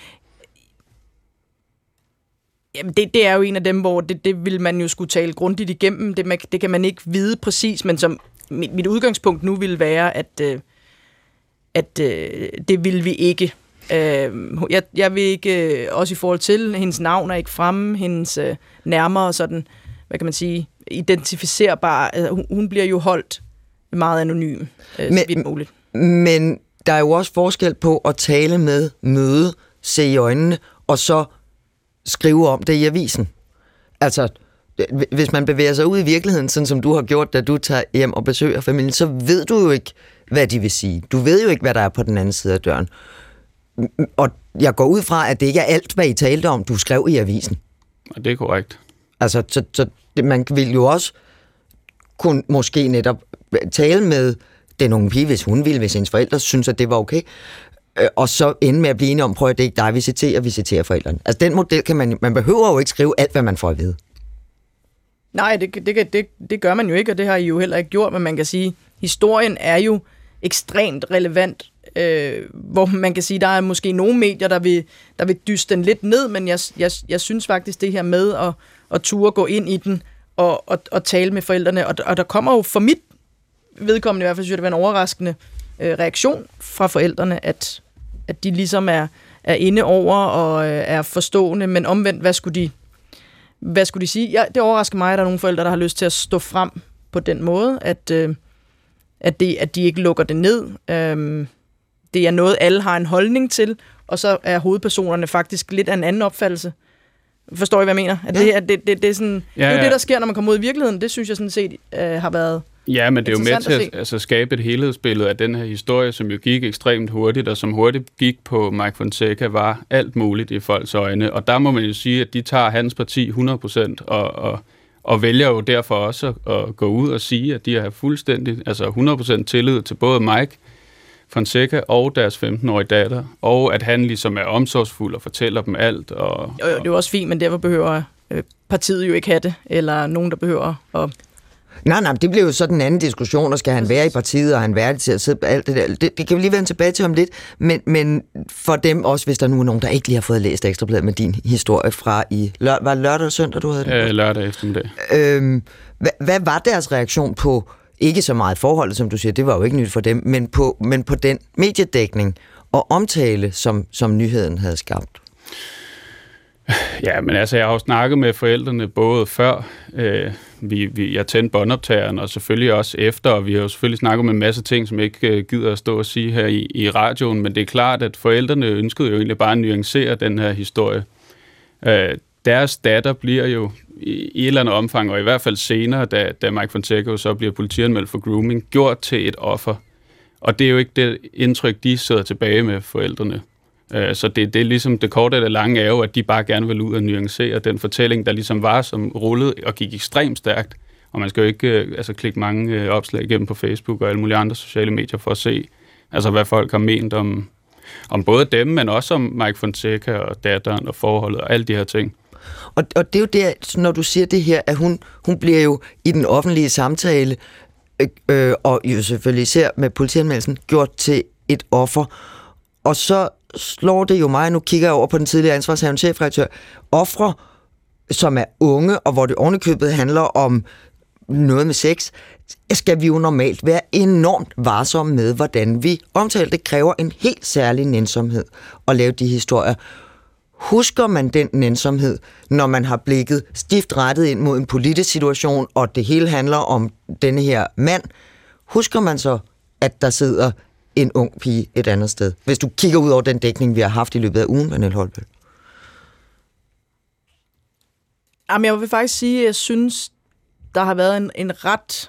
Jamen, det er jo en af dem, hvor det vil man jo skulle tale grundigt igennem. Det kan man ikke vide præcis, men som mit udgangspunkt nu ville være, at det vil vi ikke. Jeg vil ikke, også i forhold til, hendes navn er ikke fremme, hendes nærmere sådan, hvad kan man sige, identificerbar. Hun bliver jo holdt meget anonym, så vidt muligt. Men der er jo også forskel på at tale med, møde, se i øjnene, og så skrive om det i avisen. Altså, hvis man bevæger sig ud i virkeligheden, sådan som du har gjort, da du tager hjem og besøger familien, så ved du jo ikke, hvad de vil sige. Du ved jo ikke, hvad der er på den anden side af døren. Og jeg går ud fra, at det ikke er alt, hvad I talte om, du skrev i avisen. Og det er korrekt. Altså, så man vil jo også kunne måske netop tale med den unge pige, hvis hun ville, hvis hendes forældre synes, at det var okay, og så ende med at blive enige om, prøv at det ikke dig, vi citerer forældrene. Altså, den model kan man behøver jo ikke skrive alt, hvad man får at vide. Nej, det gør man jo ikke, og det har I jo heller ikke gjort, men man kan sige, historien er jo ekstremt relevant, hvor man kan sige, der er måske nogle medier, der vil dyste den lidt ned, men jeg synes faktisk det her med at ture gå ind i den og tale med forældrene, og der kommer jo for mit vedkommende i hvert fald, synes jeg, det var en overraskende reaktion fra forældrene, at de ligesom er inde over og er forstående, men omvendt, hvad skulle de sige? Ja, det overrasker mig, at der er nogle forældre, der har lyst til at stå frem på den måde, at de ikke lukker det ned. Det er noget, alle har en holdning til, og så er hovedpersonerne faktisk lidt af en anden opfattelse. Forstår I, hvad jeg mener? At det er sådan, det er jo det, der sker, når man kommer ud i virkeligheden. Det synes jeg sådan set har været... Ja, men det er jo med til at skabe et helhedsbillede af den her historie, som jo gik ekstremt hurtigt, og som hurtigt gik på Mike Fonseca, var alt muligt i folks øjne. Og der må man jo sige, at de tager hans parti 100%, og vælger jo derfor også at gå ud og sige, at de har fuldstændig, altså 100% tillid til både Mike Fonseca og deres 15-årige datter, og at han ligesom er omsorgsfuld og fortæller dem alt. Jo, det er jo også fint, men derfor behøver partiet jo ikke have det, eller nogen, der behøver at... Nej, det bliver jo så den anden diskussion, og skal han være i partiet, og han værdig til at sidde på alt det der. Det kan vi lige vende tilbage til om lidt, men for dem også, hvis der nu er nogen, der ikke lige har fået læst Ekstrabladet med din historie fra i var det lørdag eller søndag, du havde det? Lørdag eftermiddag. Hvad var deres reaktion på, ikke så meget forholdet, som du siger, det var jo ikke nyt for dem, men på den mediedækning og omtale, som nyheden havde skabt? Ja, men altså, jeg har jo snakket med forældrene både før jeg tændte båndoptageren, og selvfølgelig også efter, og vi har jo selvfølgelig snakket med en masse ting, som jeg ikke gider at stå og sige her i radioen, men det er klart, at forældrene ønskede jo egentlig bare at nuancere den her historie. Deres datter bliver jo i et eller andet omfang, og i hvert fald senere, da Mike Fonseca så bliver politianmeldt for grooming, gjort til et offer. Og det er jo ikke det indtryk, de sidder tilbage med, forældrene. Så det er ligesom det korte og det lange er jo, at de bare gerne vil ud og nuancere den fortælling, der ligesom var, som rullede og gik ekstremt stærkt. Og man skal jo ikke klikke mange opslag igennem på Facebook og alle mulige andre sociale medier for at se, altså hvad folk har ment om både dem, men også om Mike Fonseca og datteren og forholdet og alle de her ting. Og det er jo der, når du siger det her, at hun bliver jo i den offentlige samtale, og jo selvfølgelig især med politianmeldelsen, gjort til et offer. Og så slår det jo mig, nu kigger jeg over på den tidligere ansvarshavende chefredaktør, ofre, som er unge, og hvor det ovenikøbet handler om noget med sex, skal vi jo normalt være enormt varsomme med, hvordan vi omtaler. Det kræver en helt særlig nænsomhed at lave de historier. Husker man den nænsomhed, når man har blikket stift rettet ind mod en politisk situation, og det hele handler om denne her mand, husker man så, at der sidder en ung pige et andet sted? Hvis du kigger ud over den dækning, vi har haft i løbet af ugen, Pernille Holbøll. Jamen, jeg vil faktisk sige, at jeg synes, der har været en ret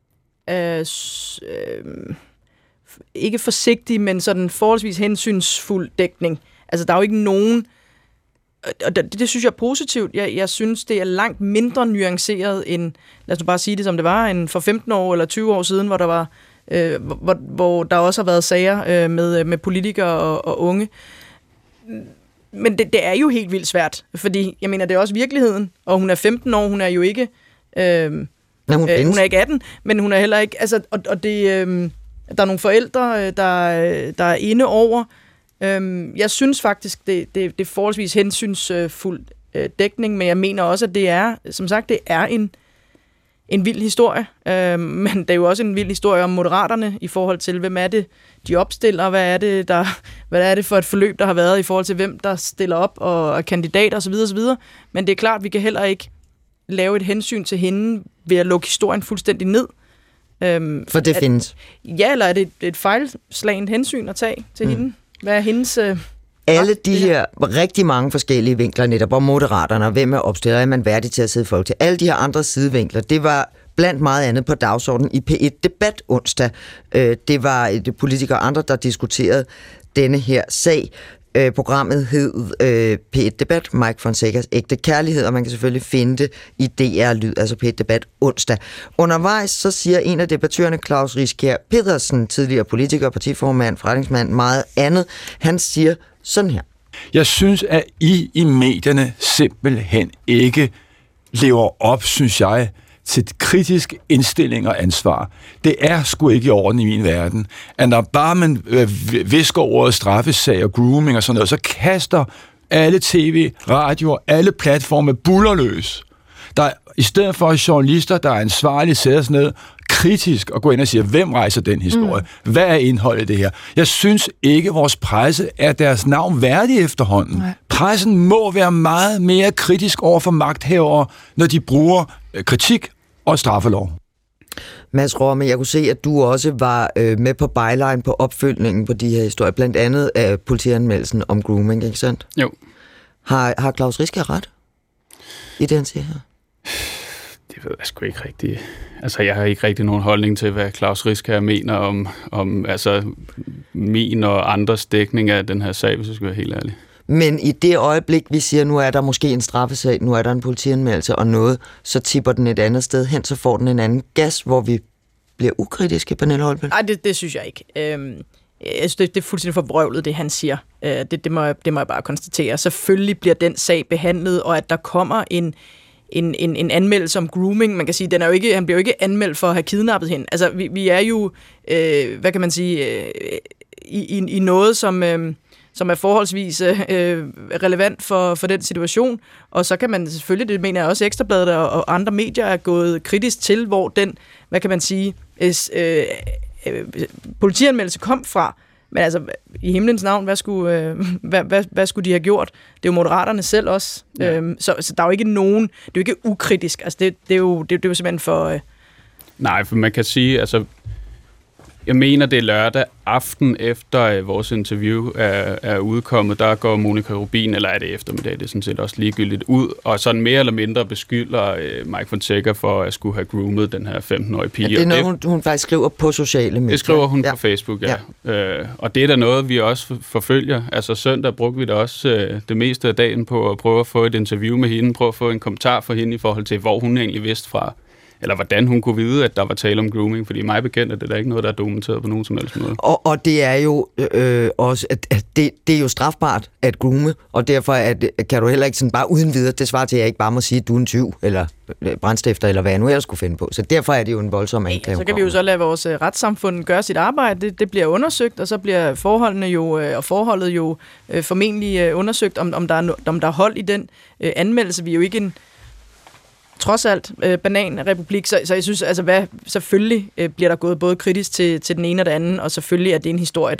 ikke forsigtig, men sådan forholdsvis hensynsfuld dækning. Altså, der er jo ikke nogen... Og det synes jeg er positivt. Jeg synes, det er langt mindre nuanceret end, lad os nu bare sige det, som det var, end for 15 år eller 20 år siden, hvor der var hvor der også har været sager med politikere og unge. Men det er jo helt vildt svært, fordi jeg mener, det er også virkeligheden, og hun er 15 år, hun er jo ikke... hun er ikke 18, men hun er heller ikke... Altså, og det, der er nogle forældre, der er inde over. Jeg synes faktisk, det er forholdsvis hensynsfuld dækning, men jeg mener også, at det er, som sagt, det er en vild historie. Men det er jo også en vild historie om Moderaterne i forhold til, hvem er det, de opstiller, hvad er det for et forløb, der har været i forhold til, hvem der stiller op og er kandidater osv. osv. Men det er klart, vi kan heller ikke lave et hensyn til hende ved at lukke historien fuldstændig ned. For det findes. Ja, eller er det et fejlslagent hensyn at tage til hende? Hvad er hendes... Alle de her rigtig mange forskellige vinkler netop om Moderaterne, og hvem er opstiller, er man værdig til at sidde folk til. Alle de her andre sidevinkler, det var blandt meget andet på dagsordenen i P1 Debat onsdag. Det var politikere og andre, der diskuterede denne her sag. Programmet hed P1 Debat, Mike Fonsecas ægte kærlighed, og man kan selvfølgelig finde det i DR Lyd, altså P1 Debat onsdag. Undervejs så siger en af debattørerne, Klaus Riskær Pedersen, tidligere politiker, partiformand, forretningsmand, meget andet, han siger sådan her. Jeg synes, at I medierne simpelthen ikke lever op, synes jeg, til kritisk indstilling og ansvar. Det er sgu ikke i orden i min verden, at når bare man visker ordet straffesag og grooming og sådan noget, så kaster alle tv, radio, alle platforme bullerløs. Der er, i stedet for journalister, der er ansvarlige, sætter sig ned kritisk og går ind og siger, hvem rejser den historie? Hvad er indholdet i det her? Jeg synes ikke, at vores presse er deres navn værdig efterhånden. Nej. Pressen må være meget mere kritisk over for magthavere, når de bruger kritik og straffelov. Mads Romme, jeg kunne se, at du også var med på byline på opfølgningen på de her historier, blandt andet af politianmeldelsen om grooming, ikke sandt? Jo. Har Klaus Riskær ret i den her? Det ved jeg sgu ikke rigtigt. Altså, jeg har ikke rigtig nogen holdning til, hvad Klaus Riskær mener om altså, min og andres dækning af den her sag, hvis jeg skal være helt ærlig. Men i det øjeblik, vi siger, nu er der måske en straffesag, nu er der en politianmeldelse og noget, så tipper den et andet sted hen, så får den en anden gas, hvor vi bliver ukritiske, Pernille Holbæk. Nej, det synes jeg ikke. Jeg synes, det er fuldstændig forvrøvlet, det han siger. Det må jeg bare konstatere. Selvfølgelig bliver den sag behandlet, og at der kommer en anmeldelse om grooming. Man kan sige, han bliver jo ikke anmeldt for at have kidnappet hende. Altså, vi er jo, hvad kan man sige, i noget, som er forholdsvis relevant for den situation. Og så kan man selvfølgelig, det mener jeg også, Ekstrabladet og andre medier er gået kritisk til, hvor den, hvad kan man sige, politianmeldelse kom fra. Men altså, i himlens navn, hvad skulle de have gjort? Det er jo Moderaterne selv også. Ja. Så der er jo ikke nogen, det er jo ikke ukritisk. Altså, det er jo simpelthen for... Nej, for man kan sige, altså, jeg mener, det er lørdag aften efter vores interview er udkommet, der går Monika Rubin, eller er det eftermiddag, det er sådan set også ligegyldigt, ud, og sådan mere eller mindre beskylder Mike Fonseca for at skulle have groomet den her 15-årige pige. Ja, det er noget, hun faktisk skriver på sociale medier. Det skriver hun på Facebook, ja. Og det er da noget, vi også forfølger. Altså søndag brugte vi da også det meste af dagen på at prøve at få et interview med hende, prøve at få en kommentar fra hende i forhold til, hvor hun egentlig vidste fra, eller hvordan hun kunne vide, at der var tale om grooming, fordi mig bekendt, at det er ikke noget, der er dokumenteret på nogen som helst måde. Og det er jo også, at det er jo strafbart at groome, og derfor kan du heller ikke sådan bare uden videre, det svarer til, at jeg ikke bare må sige, at du er en tyv, eller brandstifter, eller hvad jeg nu ellers skulle finde på. Så derfor er det jo en voldsom anklage. Så kan vi jo så lade vores retssamfund gøre sit arbejde, det bliver undersøgt, og så bliver forholdene jo, og forholdet jo formentlig undersøgt, om der er hold i den anmeldelse. Vi er jo ikke en trods alt bananrepublik, så jeg synes, altså selvfølgelig bliver der gået både kritisk til den ene og den anden, og selvfølgelig er det en historie,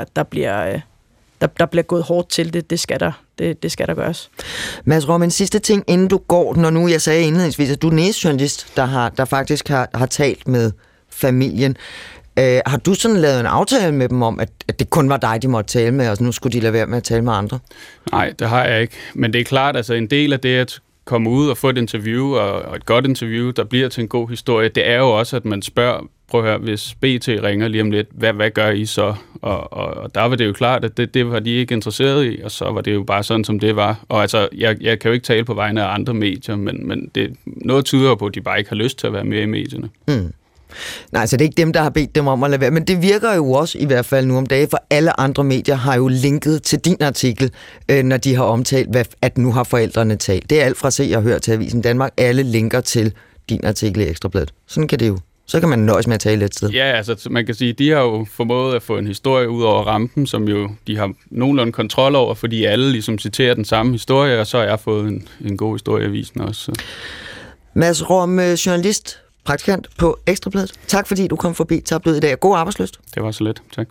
der bliver gået hårdt til. Det skal der gøres. Mads Romme, en sidste ting, inden du går, når nu jeg sagde indledningsvis, at du er den eneste journalist, der faktisk har talt med familien. Har du sådan lavet en aftale med dem om, at det kun var dig, de måtte tale med, og nu skulle de lade være med at tale med andre? Nej, det har jeg ikke. Men det er klart, altså en del af det, at komme ud og få et interview, og et godt interview, der bliver til en god historie, det er jo også, at man spørger, prøv at høre, hvis BT ringer lige om lidt, hvad gør I så? Og der var det jo klart, at det var de ikke interesseret i, og så var det jo bare sådan, som det var. Og altså, jeg kan jo ikke tale på vegne af andre medier, men det noget tyder på, at de bare ikke har lyst til at være med i medierne. Nej, så det er ikke dem, der har bedt dem om at lade være. Men det virker jo også i hvert fald nu om dagen, for alle andre medier har jo linket til din artikel, når de har omtalt, at nu har forældrene talt. Det er alt fra Se og Hør til Avisen Danmark. Alle linker til din artikel i Ekstrabladet. Sådan kan det jo. Så kan man nøjes med at tale et sted. Ja, altså man kan sige, de har jo formået at få en historie ud over rampen, som jo de har nogenlunde kontrol over, fordi alle ligesom citerer den samme historie, og så har jeg fået en god historie i avisen også. Så. Mads Rom, journalist, praktikant på Ekstrabladet. Tak fordi du kom forbi Tabloid i dag. God arbejdslyst. Det var så let. Tak.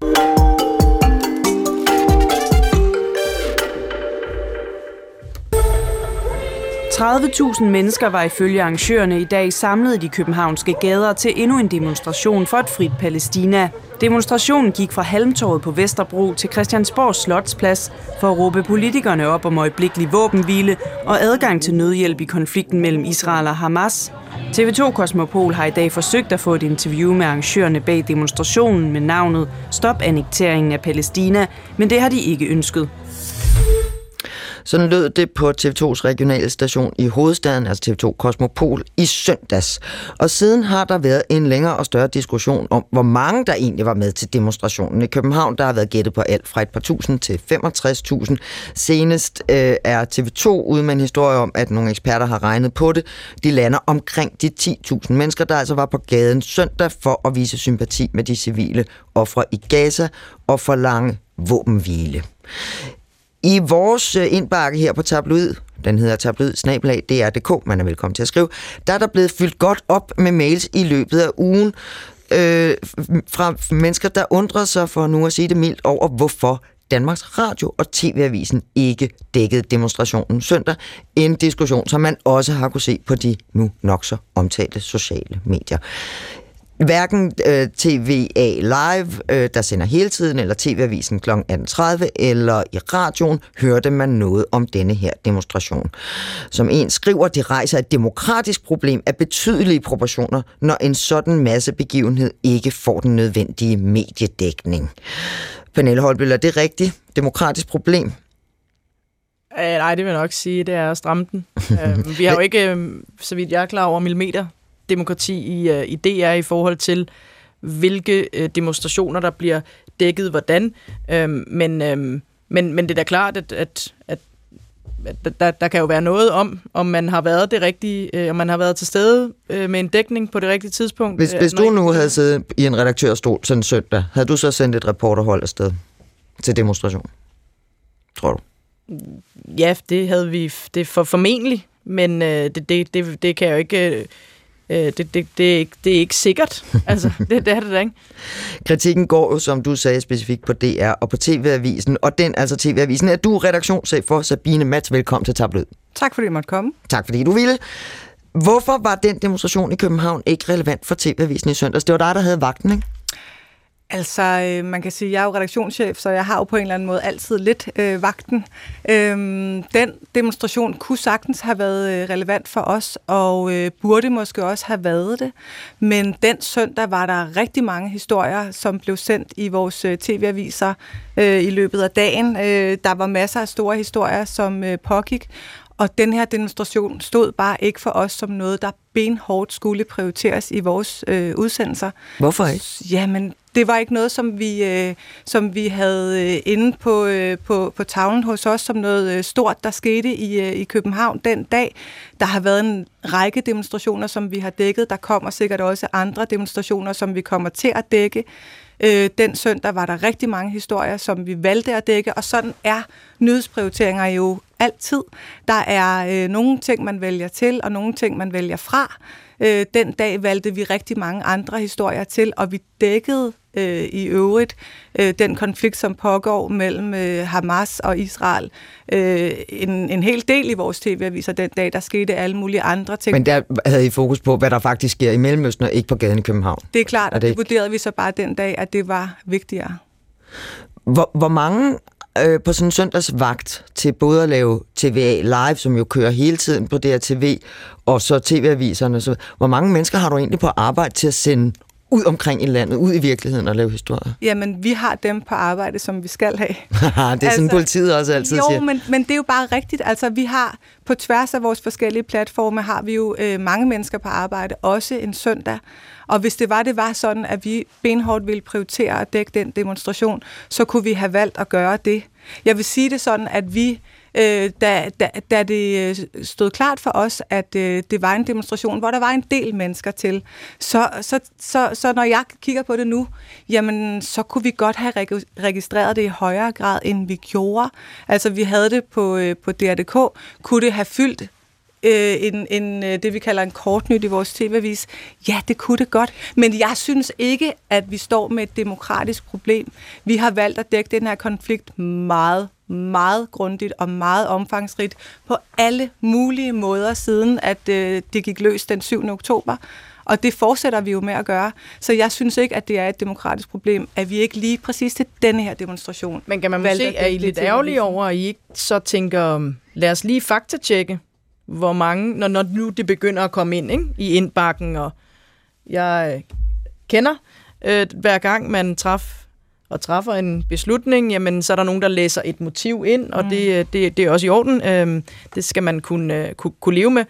30.000 mennesker var ifølge arrangørerne i dag samlet i de københavnske gader til endnu en demonstration for et frit Palæstina. Demonstrationen gik fra Halmtorvet på Vesterbro til Christiansborgs Slotsplads for at råbe politikerne op om øjeblikkelig våbenhvile og adgang til nødhjælp i konflikten mellem Israel og Hamas. TV2 Cosmopol har i dag forsøgt at få et interview med arrangørerne bag demonstrationen med navnet Stop annekteringen af Palæstina, men det har de ikke ønsket. Sådan lød det på TV2's regionale station i hovedstaden, altså TV2 Cosmopol, i søndags. Og siden har der været en længere og større diskussion om, hvor mange der egentlig var med til demonstrationen. I København der har været gættet på alt fra et par tusind til 65.000. Senest er TV2 ude med en historie om, at nogle eksperter har regnet på det. De lander omkring de 10.000 mennesker, der altså var på gaden søndag for at vise sympati med de civile ofre i Gaza og forlange våbenhvile. I vores indbakke her på Tabloid, den hedder tabloid@dr.dk, man er velkommen til at skrive, der er der blevet fyldt godt op med mails i løbet af ugen fra mennesker, der undrer sig, for nu at sige det mildt, over hvorfor Danmarks Radio og TV-avisen ikke dækkede demonstrationen søndag. En diskussion, som man også har kunne se på de nu nok så omtalte sociale medier. Hverken TVA Live, der sender hele tiden, eller TV-avisen kl. 18.30, eller i radioen, hørte man noget om denne her demonstration. Som en skriver, det rejser et demokratisk problem af betydelige proportioner, når en sådan massebegivenhed ikke får den nødvendige mediedækning. Pernille Holbøll, er det rigtigt? Demokratisk problem? Nej, det vil jeg nok sige, det er at stramme den. Vi har jo ikke, så vidt jeg er klar over, millimeterdemokrati i DR i forhold til, hvilke demonstrationer, der bliver dækket hvordan. Men det er da klart, at der kan jo være noget om man har været det rigtige, om man har været til stede med en dækning på det rigtige tidspunkt. Hvis du nu havde siddet i en redaktørstol sådan søndag, havde du så sendt et reporterhold afsted til demonstration? Tror du? Ja, det havde vi. Det er formentlig, men det kan jeg jo ikke. Det er ikke sikkert. Altså, det er det da ikke. Kritikken går jo, som du sagde, specifikt på DR og på TV-avisen, og den, altså TV-avisen, er du redaktionschef for. Sabine Mats, velkommen til Tabloid. Tak fordi jeg måtte komme. Tak fordi du ville. Hvorfor var den demonstration i København ikke relevant for TV-avisen i søndags? Det var dig, der havde vagten, ikke? Altså, man kan sige, at jeg er jo redaktionschef, så jeg har jo på en eller anden måde altid lidt vagten. Den demonstration kunne sagtens have været relevant for os, og burde måske også have været det. Men den søndag var der rigtig mange historier, som blev sendt i vores tv-aviser i løbet af dagen. Der var masser af store historier, som pågik. Og den her demonstration stod bare ikke for os som noget, der benhårdt skulle prioriteres i vores udsendelser. Hvorfor ikke? Jamen, det var ikke noget, som vi havde inde på tavlen hos os, som noget stort, der skete i København den dag. Der har været en række demonstrationer, som vi har dækket. Der kommer sikkert også andre demonstrationer, som vi kommer til at dække. Den søndag var der rigtig mange historier, som vi valgte at dække, og sådan er nyhedsprioriteringer jo altid. Der er nogle ting, man vælger til, og nogle ting, man vælger fra. Den dag valgte vi rigtig mange andre historier til, og vi dækkede i øvrigt den konflikt, som pågår mellem Hamas og Israel. En hel del i vores tv-aviser den dag, der skete alle mulige andre ting. Men der havde I fokus på, hvad der faktisk sker i Mellemøsten, og ikke på gaden i København. Det er klart, og det vurderede vi så bare den dag, at det var vigtigere. Hvor mange på sådan en søndagsvagt til både at lave TVA Live, som jo kører hele tiden på DRTV, og så TV-aviserne, så hvor mange mennesker har du egentlig på arbejde til at sende ud omkring i landet, ud i virkeligheden og lave historier? Jamen, vi har dem på arbejde, som vi skal have. Det er sådan, politiet også altid siger. Jo, men det er jo bare rigtigt. Altså, vi har på tværs af vores forskellige platforme, har vi jo mange mennesker på arbejde, også en søndag. Og hvis det var sådan, at vi benhårdt ville prioritere at dække den demonstration, så kunne vi have valgt at gøre det. Jeg vil sige det sådan, at vi, da det stod klart for os, at det var en demonstration, hvor der var en del mennesker til, så når jeg kigger på det nu, jamen, så kunne vi godt have registreret det i højere grad, end vi gjorde. Altså, vi havde det på DR.dk. Kunne det have fyldt det, vi kalder en kortnyt i vores tv-avis? Ja, det kunne det godt. Men jeg synes ikke, at vi står med et demokratisk problem. Vi har valgt at dække den her konflikt meget, meget grundigt og meget omfangsrigt på alle mulige måder, siden at det gik løs den 7. oktober. Og det fortsætter vi jo med at gøre. Så jeg synes ikke, at det er et demokratisk problem, at vi ikke lige præcis til denne her demonstration. Men kan man måske er I lidt ærgerlige over, at I ikke så tænker, lad os lige faktatjekke, hvor mange, når nu det begynder at komme ind, ikke, i indbakken, og jeg kender, hver gang man træffer en beslutning, jamen, så er der nogen, der læser et motiv ind, og det er også i orden. Det skal man kunne leve med.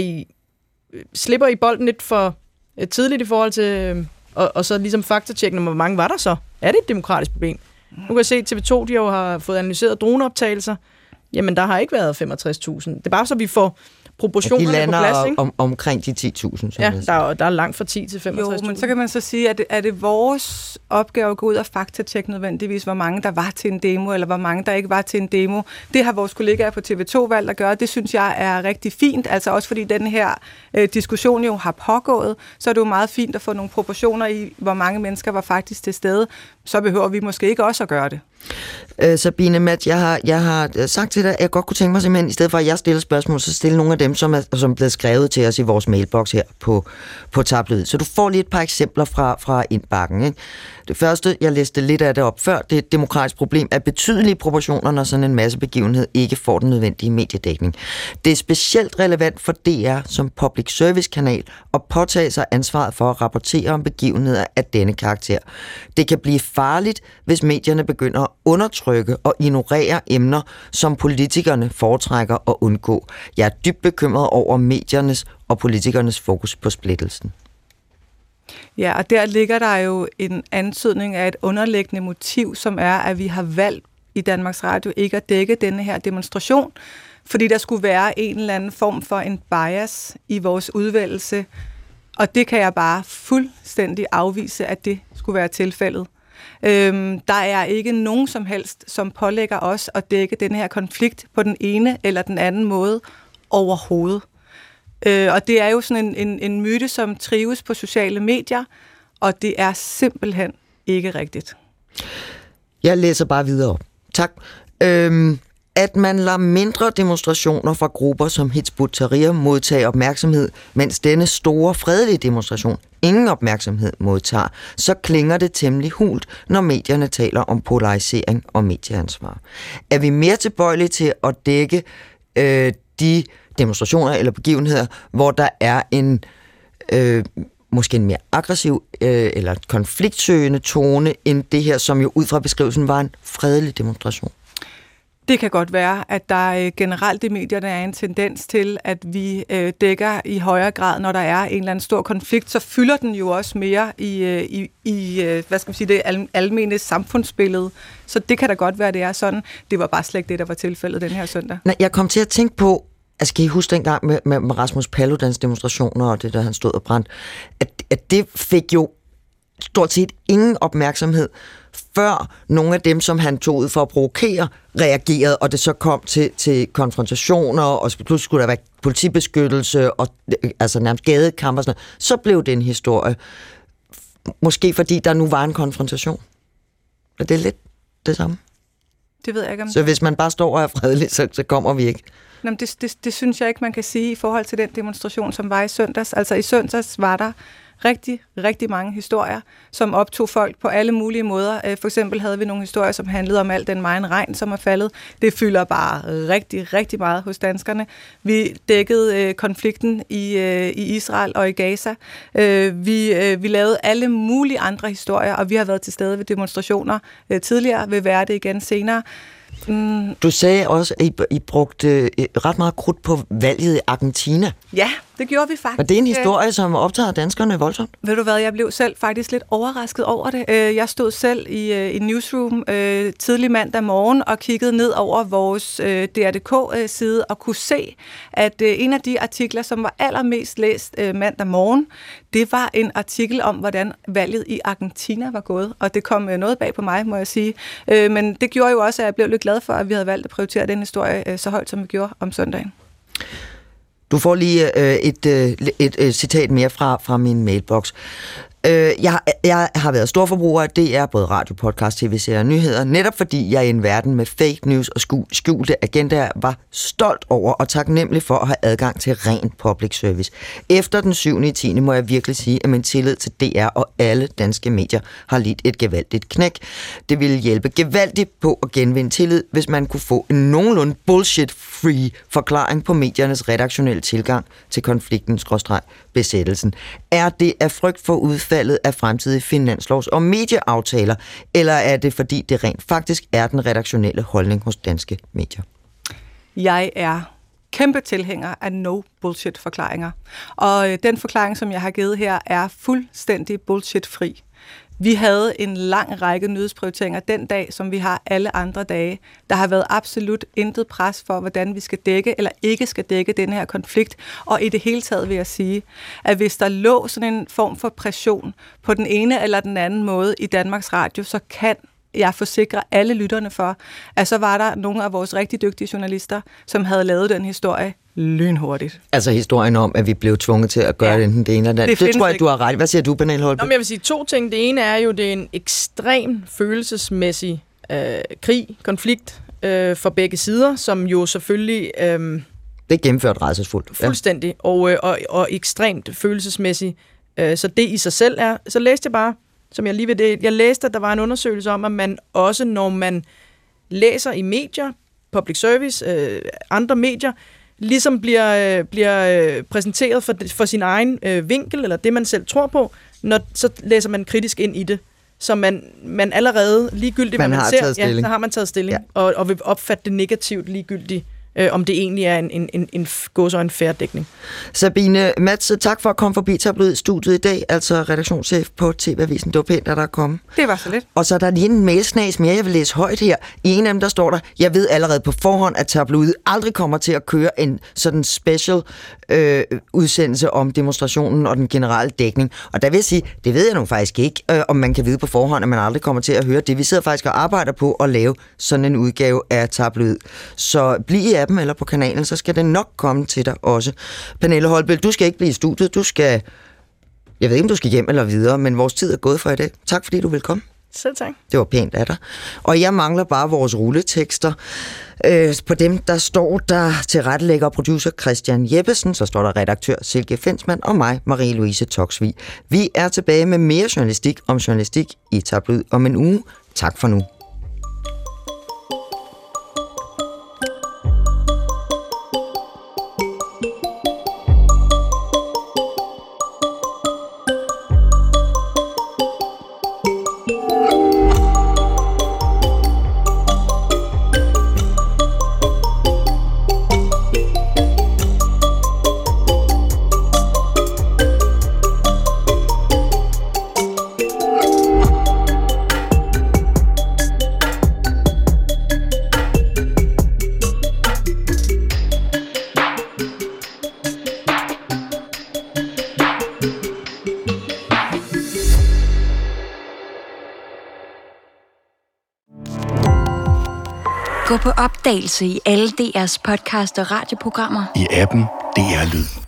Slipper I bolden lidt for tidligt i forhold til, og så ligesom faktatjekken, hvor mange var der så? Er det et demokratisk problem? Nu kan jeg se, at TV2 de jo har fået analyseret droneoptagelser. Jamen, der har ikke været 65.000. Det er bare så, vi får proportionerne på plads, ikke? Omkring de 10.000. Ja, der er langt fra 10 til 65.000. Jo, men så kan man så sige, at er det vores opgave at gå ud og faktatjekke nødvendigvis, hvor mange der var til en demo, eller hvor mange der ikke var til en demo. Det har vores kollegaer på TV2 valgt at gøre. Det synes jeg er rigtig fint, altså også fordi den her diskussion jo har pågået, så er det jo meget fint at få nogle proportioner i, hvor mange mennesker var faktisk til stede. Så behøver vi måske ikke også at gøre det. Sabine Matt, jeg har sagt til dig, at jeg godt kunne tænke mig simpelthen, i stedet for at jeg stiller spørgsmål, så stille nogle af dem, som er blevet skrevet til os i vores mailbox her på Tabloid. Så du får lige et par eksempler fra indbakken. Ikke? Det første, jeg læste lidt af det op før, det er et demokratisk problem af betydelige proportioner, når sådan en massebegivenhed ikke får den nødvendige mediedækning. Det er specielt relevant for DR som public service kanal at påtage sig ansvaret for at rapportere om begivenheder af denne karakter. Det kan blive farligt, hvis medierne begynder at undertrykke og ignorere emner, som politikerne foretrækker at undgå. Jeg er dybt bekymret over mediernes og politikernes fokus på splittelsen. Ja, og der ligger der jo en antydning af et underliggende motiv, som er, at vi har valgt i Danmarks Radio ikke at dække denne her demonstration, fordi der skulle være en eller anden form for en bias i vores udvælgelse, og det kan jeg bare fuldstændig afvise, at det skulle være tilfældet. Der er ikke nogen som helst, som pålægger os at dække den her konflikt på den ene eller den anden måde overhovedet. Og det er jo sådan en myte, som trives på sociale medier, og det er simpelthen ikke rigtigt. Jeg læser bare videre op. Tak. At man lader mindre demonstrationer fra grupper som Hizb ut-Tahrir modtage opmærksomhed, mens denne store fredelige demonstration ingen opmærksomhed modtager, så klinger det temmelig hult, når medierne taler om polarisering og medieansvar. Er vi mere tilbøjelige til at dække de demonstrationer eller begivenheder, hvor der er en måske en mere aggressiv eller konfliktsøgende tone, end det her, som jo ud fra beskrivelsen var en fredelig demonstration? Det kan godt være, at der generelt i medierne er en tendens til, at vi dækker i højere grad, når der er en eller anden stor konflikt, så fylder den jo også mere i hvad skal man sige, det almene samfundsbillede. Så det kan da godt være, det er sådan. Det var bare slet ikke det, der var tilfældet den her søndag. Nej, jeg kom til at tænke på, altså kan I huske dengang med Rasmus Paludans demonstrationer og det, der han stod og brændte, at det fik jo stort set ingen opmærksomhed, før nogle af dem, som han tog ud for at provokere, reagerede, og det så kom til konfrontationer, og pludselig skulle der være politibeskyttelse, og altså nærmest gadekamp og sådan noget. Så blev det en historie. Måske fordi der nu var en konfrontation. Er det lidt det samme? Det ved jeg ikke om. Så hvis man bare står og er fredelig, så kommer vi ikke. Jamen, det synes jeg ikke, man kan sige i forhold til den demonstration, som var i søndags. Altså i søndags var der rigtig, rigtig mange historier, som optog folk på alle mulige måder. For eksempel havde vi nogle historier, som handlede om alt den megen regn, som er faldet. Det fylder bare rigtig, rigtig meget hos danskerne. Vi dækkede konflikten i Israel og i Gaza. Vi lavede alle mulige andre historier, og vi har været til stede ved demonstrationer tidligere, vil være det igen senere. Du sagde også, at I brugte ret meget krudt på valget i Argentina. Ja, det gjorde vi faktisk. Og det er en historie, som optager danskerne voldsomt. Ved du hvad, jeg blev selv faktisk lidt overrasket over det. Jeg stod selv i Newsroom tidlig mandag morgen og kiggede ned over vores DRDK-side og kunne se, at en af de artikler, som var allermest læst mandag morgen, det var en artikel om, hvordan valget i Argentina var gået. Og det kom noget bag på mig, må jeg sige. Men det gjorde jo også, at jeg blev lidt glad for, at vi havde valgt at prioritere den historie så højt, som vi gjorde om søndagen. Du får lige et citat mere fra min mailbox. Jeg har været storforbruger af DR, både radio, podcast, tv-serier og nyheder, netop fordi jeg i en verden med fake news og skjulte agendaer var stolt over og taknemmelig for at have adgang til ren public service. Efter den 7.10. må jeg virkelig sige, at min tillid til DR og alle danske medier har lidt et gevaldigt knæk. Det ville hjælpe gevaldigt på at genvinde tillid, hvis man kunne få en nogenlunde bullshit-free forklaring på mediernes redaktionelle tilgang til konflikten/besættelsen. Er det af frygt for udfaldet af fremtidige finanslovs- og medieaftaler, eller er det fordi det rent faktisk er den redaktionelle holdning hos danske medier? Jeg er kæmpe tilhænger af no bullshit forklaringer. Og den forklaring, som jeg har givet her, er fuldstændig bullshit-fri. Vi havde en lang række nyhedsprioriteringer den dag, som vi har alle andre dage. Der har været absolut intet pres for, hvordan vi skal dække eller ikke skal dække den her konflikt. Og i det hele taget vil jeg sige, at hvis der lå sådan en form for pression på den ene eller den anden måde i Danmarks Radio, så kan jeg forsikrer alle lytterne for, at så var der nogle af vores rigtig dygtige journalister, som havde lavet den historie lynhurtigt. Altså historien om, at vi blev tvunget til at gøre enten det ene eller det. Det tror jeg, du har ret. Hvad siger du, Pernille Holbæk? Jeg vil sige to ting. Det ene er jo, det er en ekstrem følelsesmæssig krig, konflikt for begge sider, som jo selvfølgelig... det er gennemført rædselsfuldt. Fuldstændig. Og ekstremt følelsesmæssig. Så det i sig selv er... Så læste jeg bare, som jeg lige ved det... Jeg læste, at der var en undersøgelse om, at man også, når man læser i medier, public service, andre medier, ligesom bliver præsenteret for sin egen vinkel, eller det, man selv tror på, så læser man kritisk ind i det. Så man allerede, ligegyldigt hvad man ser, så har man taget stilling, og vil opfatte det negativt ligegyldigt, om det egentlig er en fair dækning. Sabine Mats, tak for at komme forbi Tabloid-studiet i dag, altså redaktionschef på TV-avisen. Det var pænt, at der kom. Det var så lidt. Og så er der lige en mailsnas mere, jeg vil læse højt her. I en af dem, der står der, jeg ved allerede på forhånd, at Tabloid aldrig kommer til at køre en sådan special udsendelse om demonstrationen og den generelle dækning. Og der vil jeg sige, det ved jeg nu faktisk ikke, om man kan vide på forhånd, at man aldrig kommer til at høre det. Vi sidder faktisk og arbejder på at lave sådan en udgave af Tabloid. Så bliv i appen eller på kanalen, så skal det nok komme til dig også. Pernille Holbæk, du skal ikke blive i studiet. Jeg ved ikke, om du skal hjem eller videre, men vores tid er gået for i dag. Tak fordi du vil komme. Selv tak. Det var pænt af dig. Og jeg mangler bare vores rulletekster. På dem, der står der tilrettelægger producer Christian Jeppesen, så står der redaktør Silke Fensmann og mig, Marie-Louise Toksvig. Vi er tilbage med mere journalistik om journalistik i Tabloid om en uge. Tak for nu. Gå på opdagelse i alle DR's podcast og radioprogrammer. I appen DR Lyd.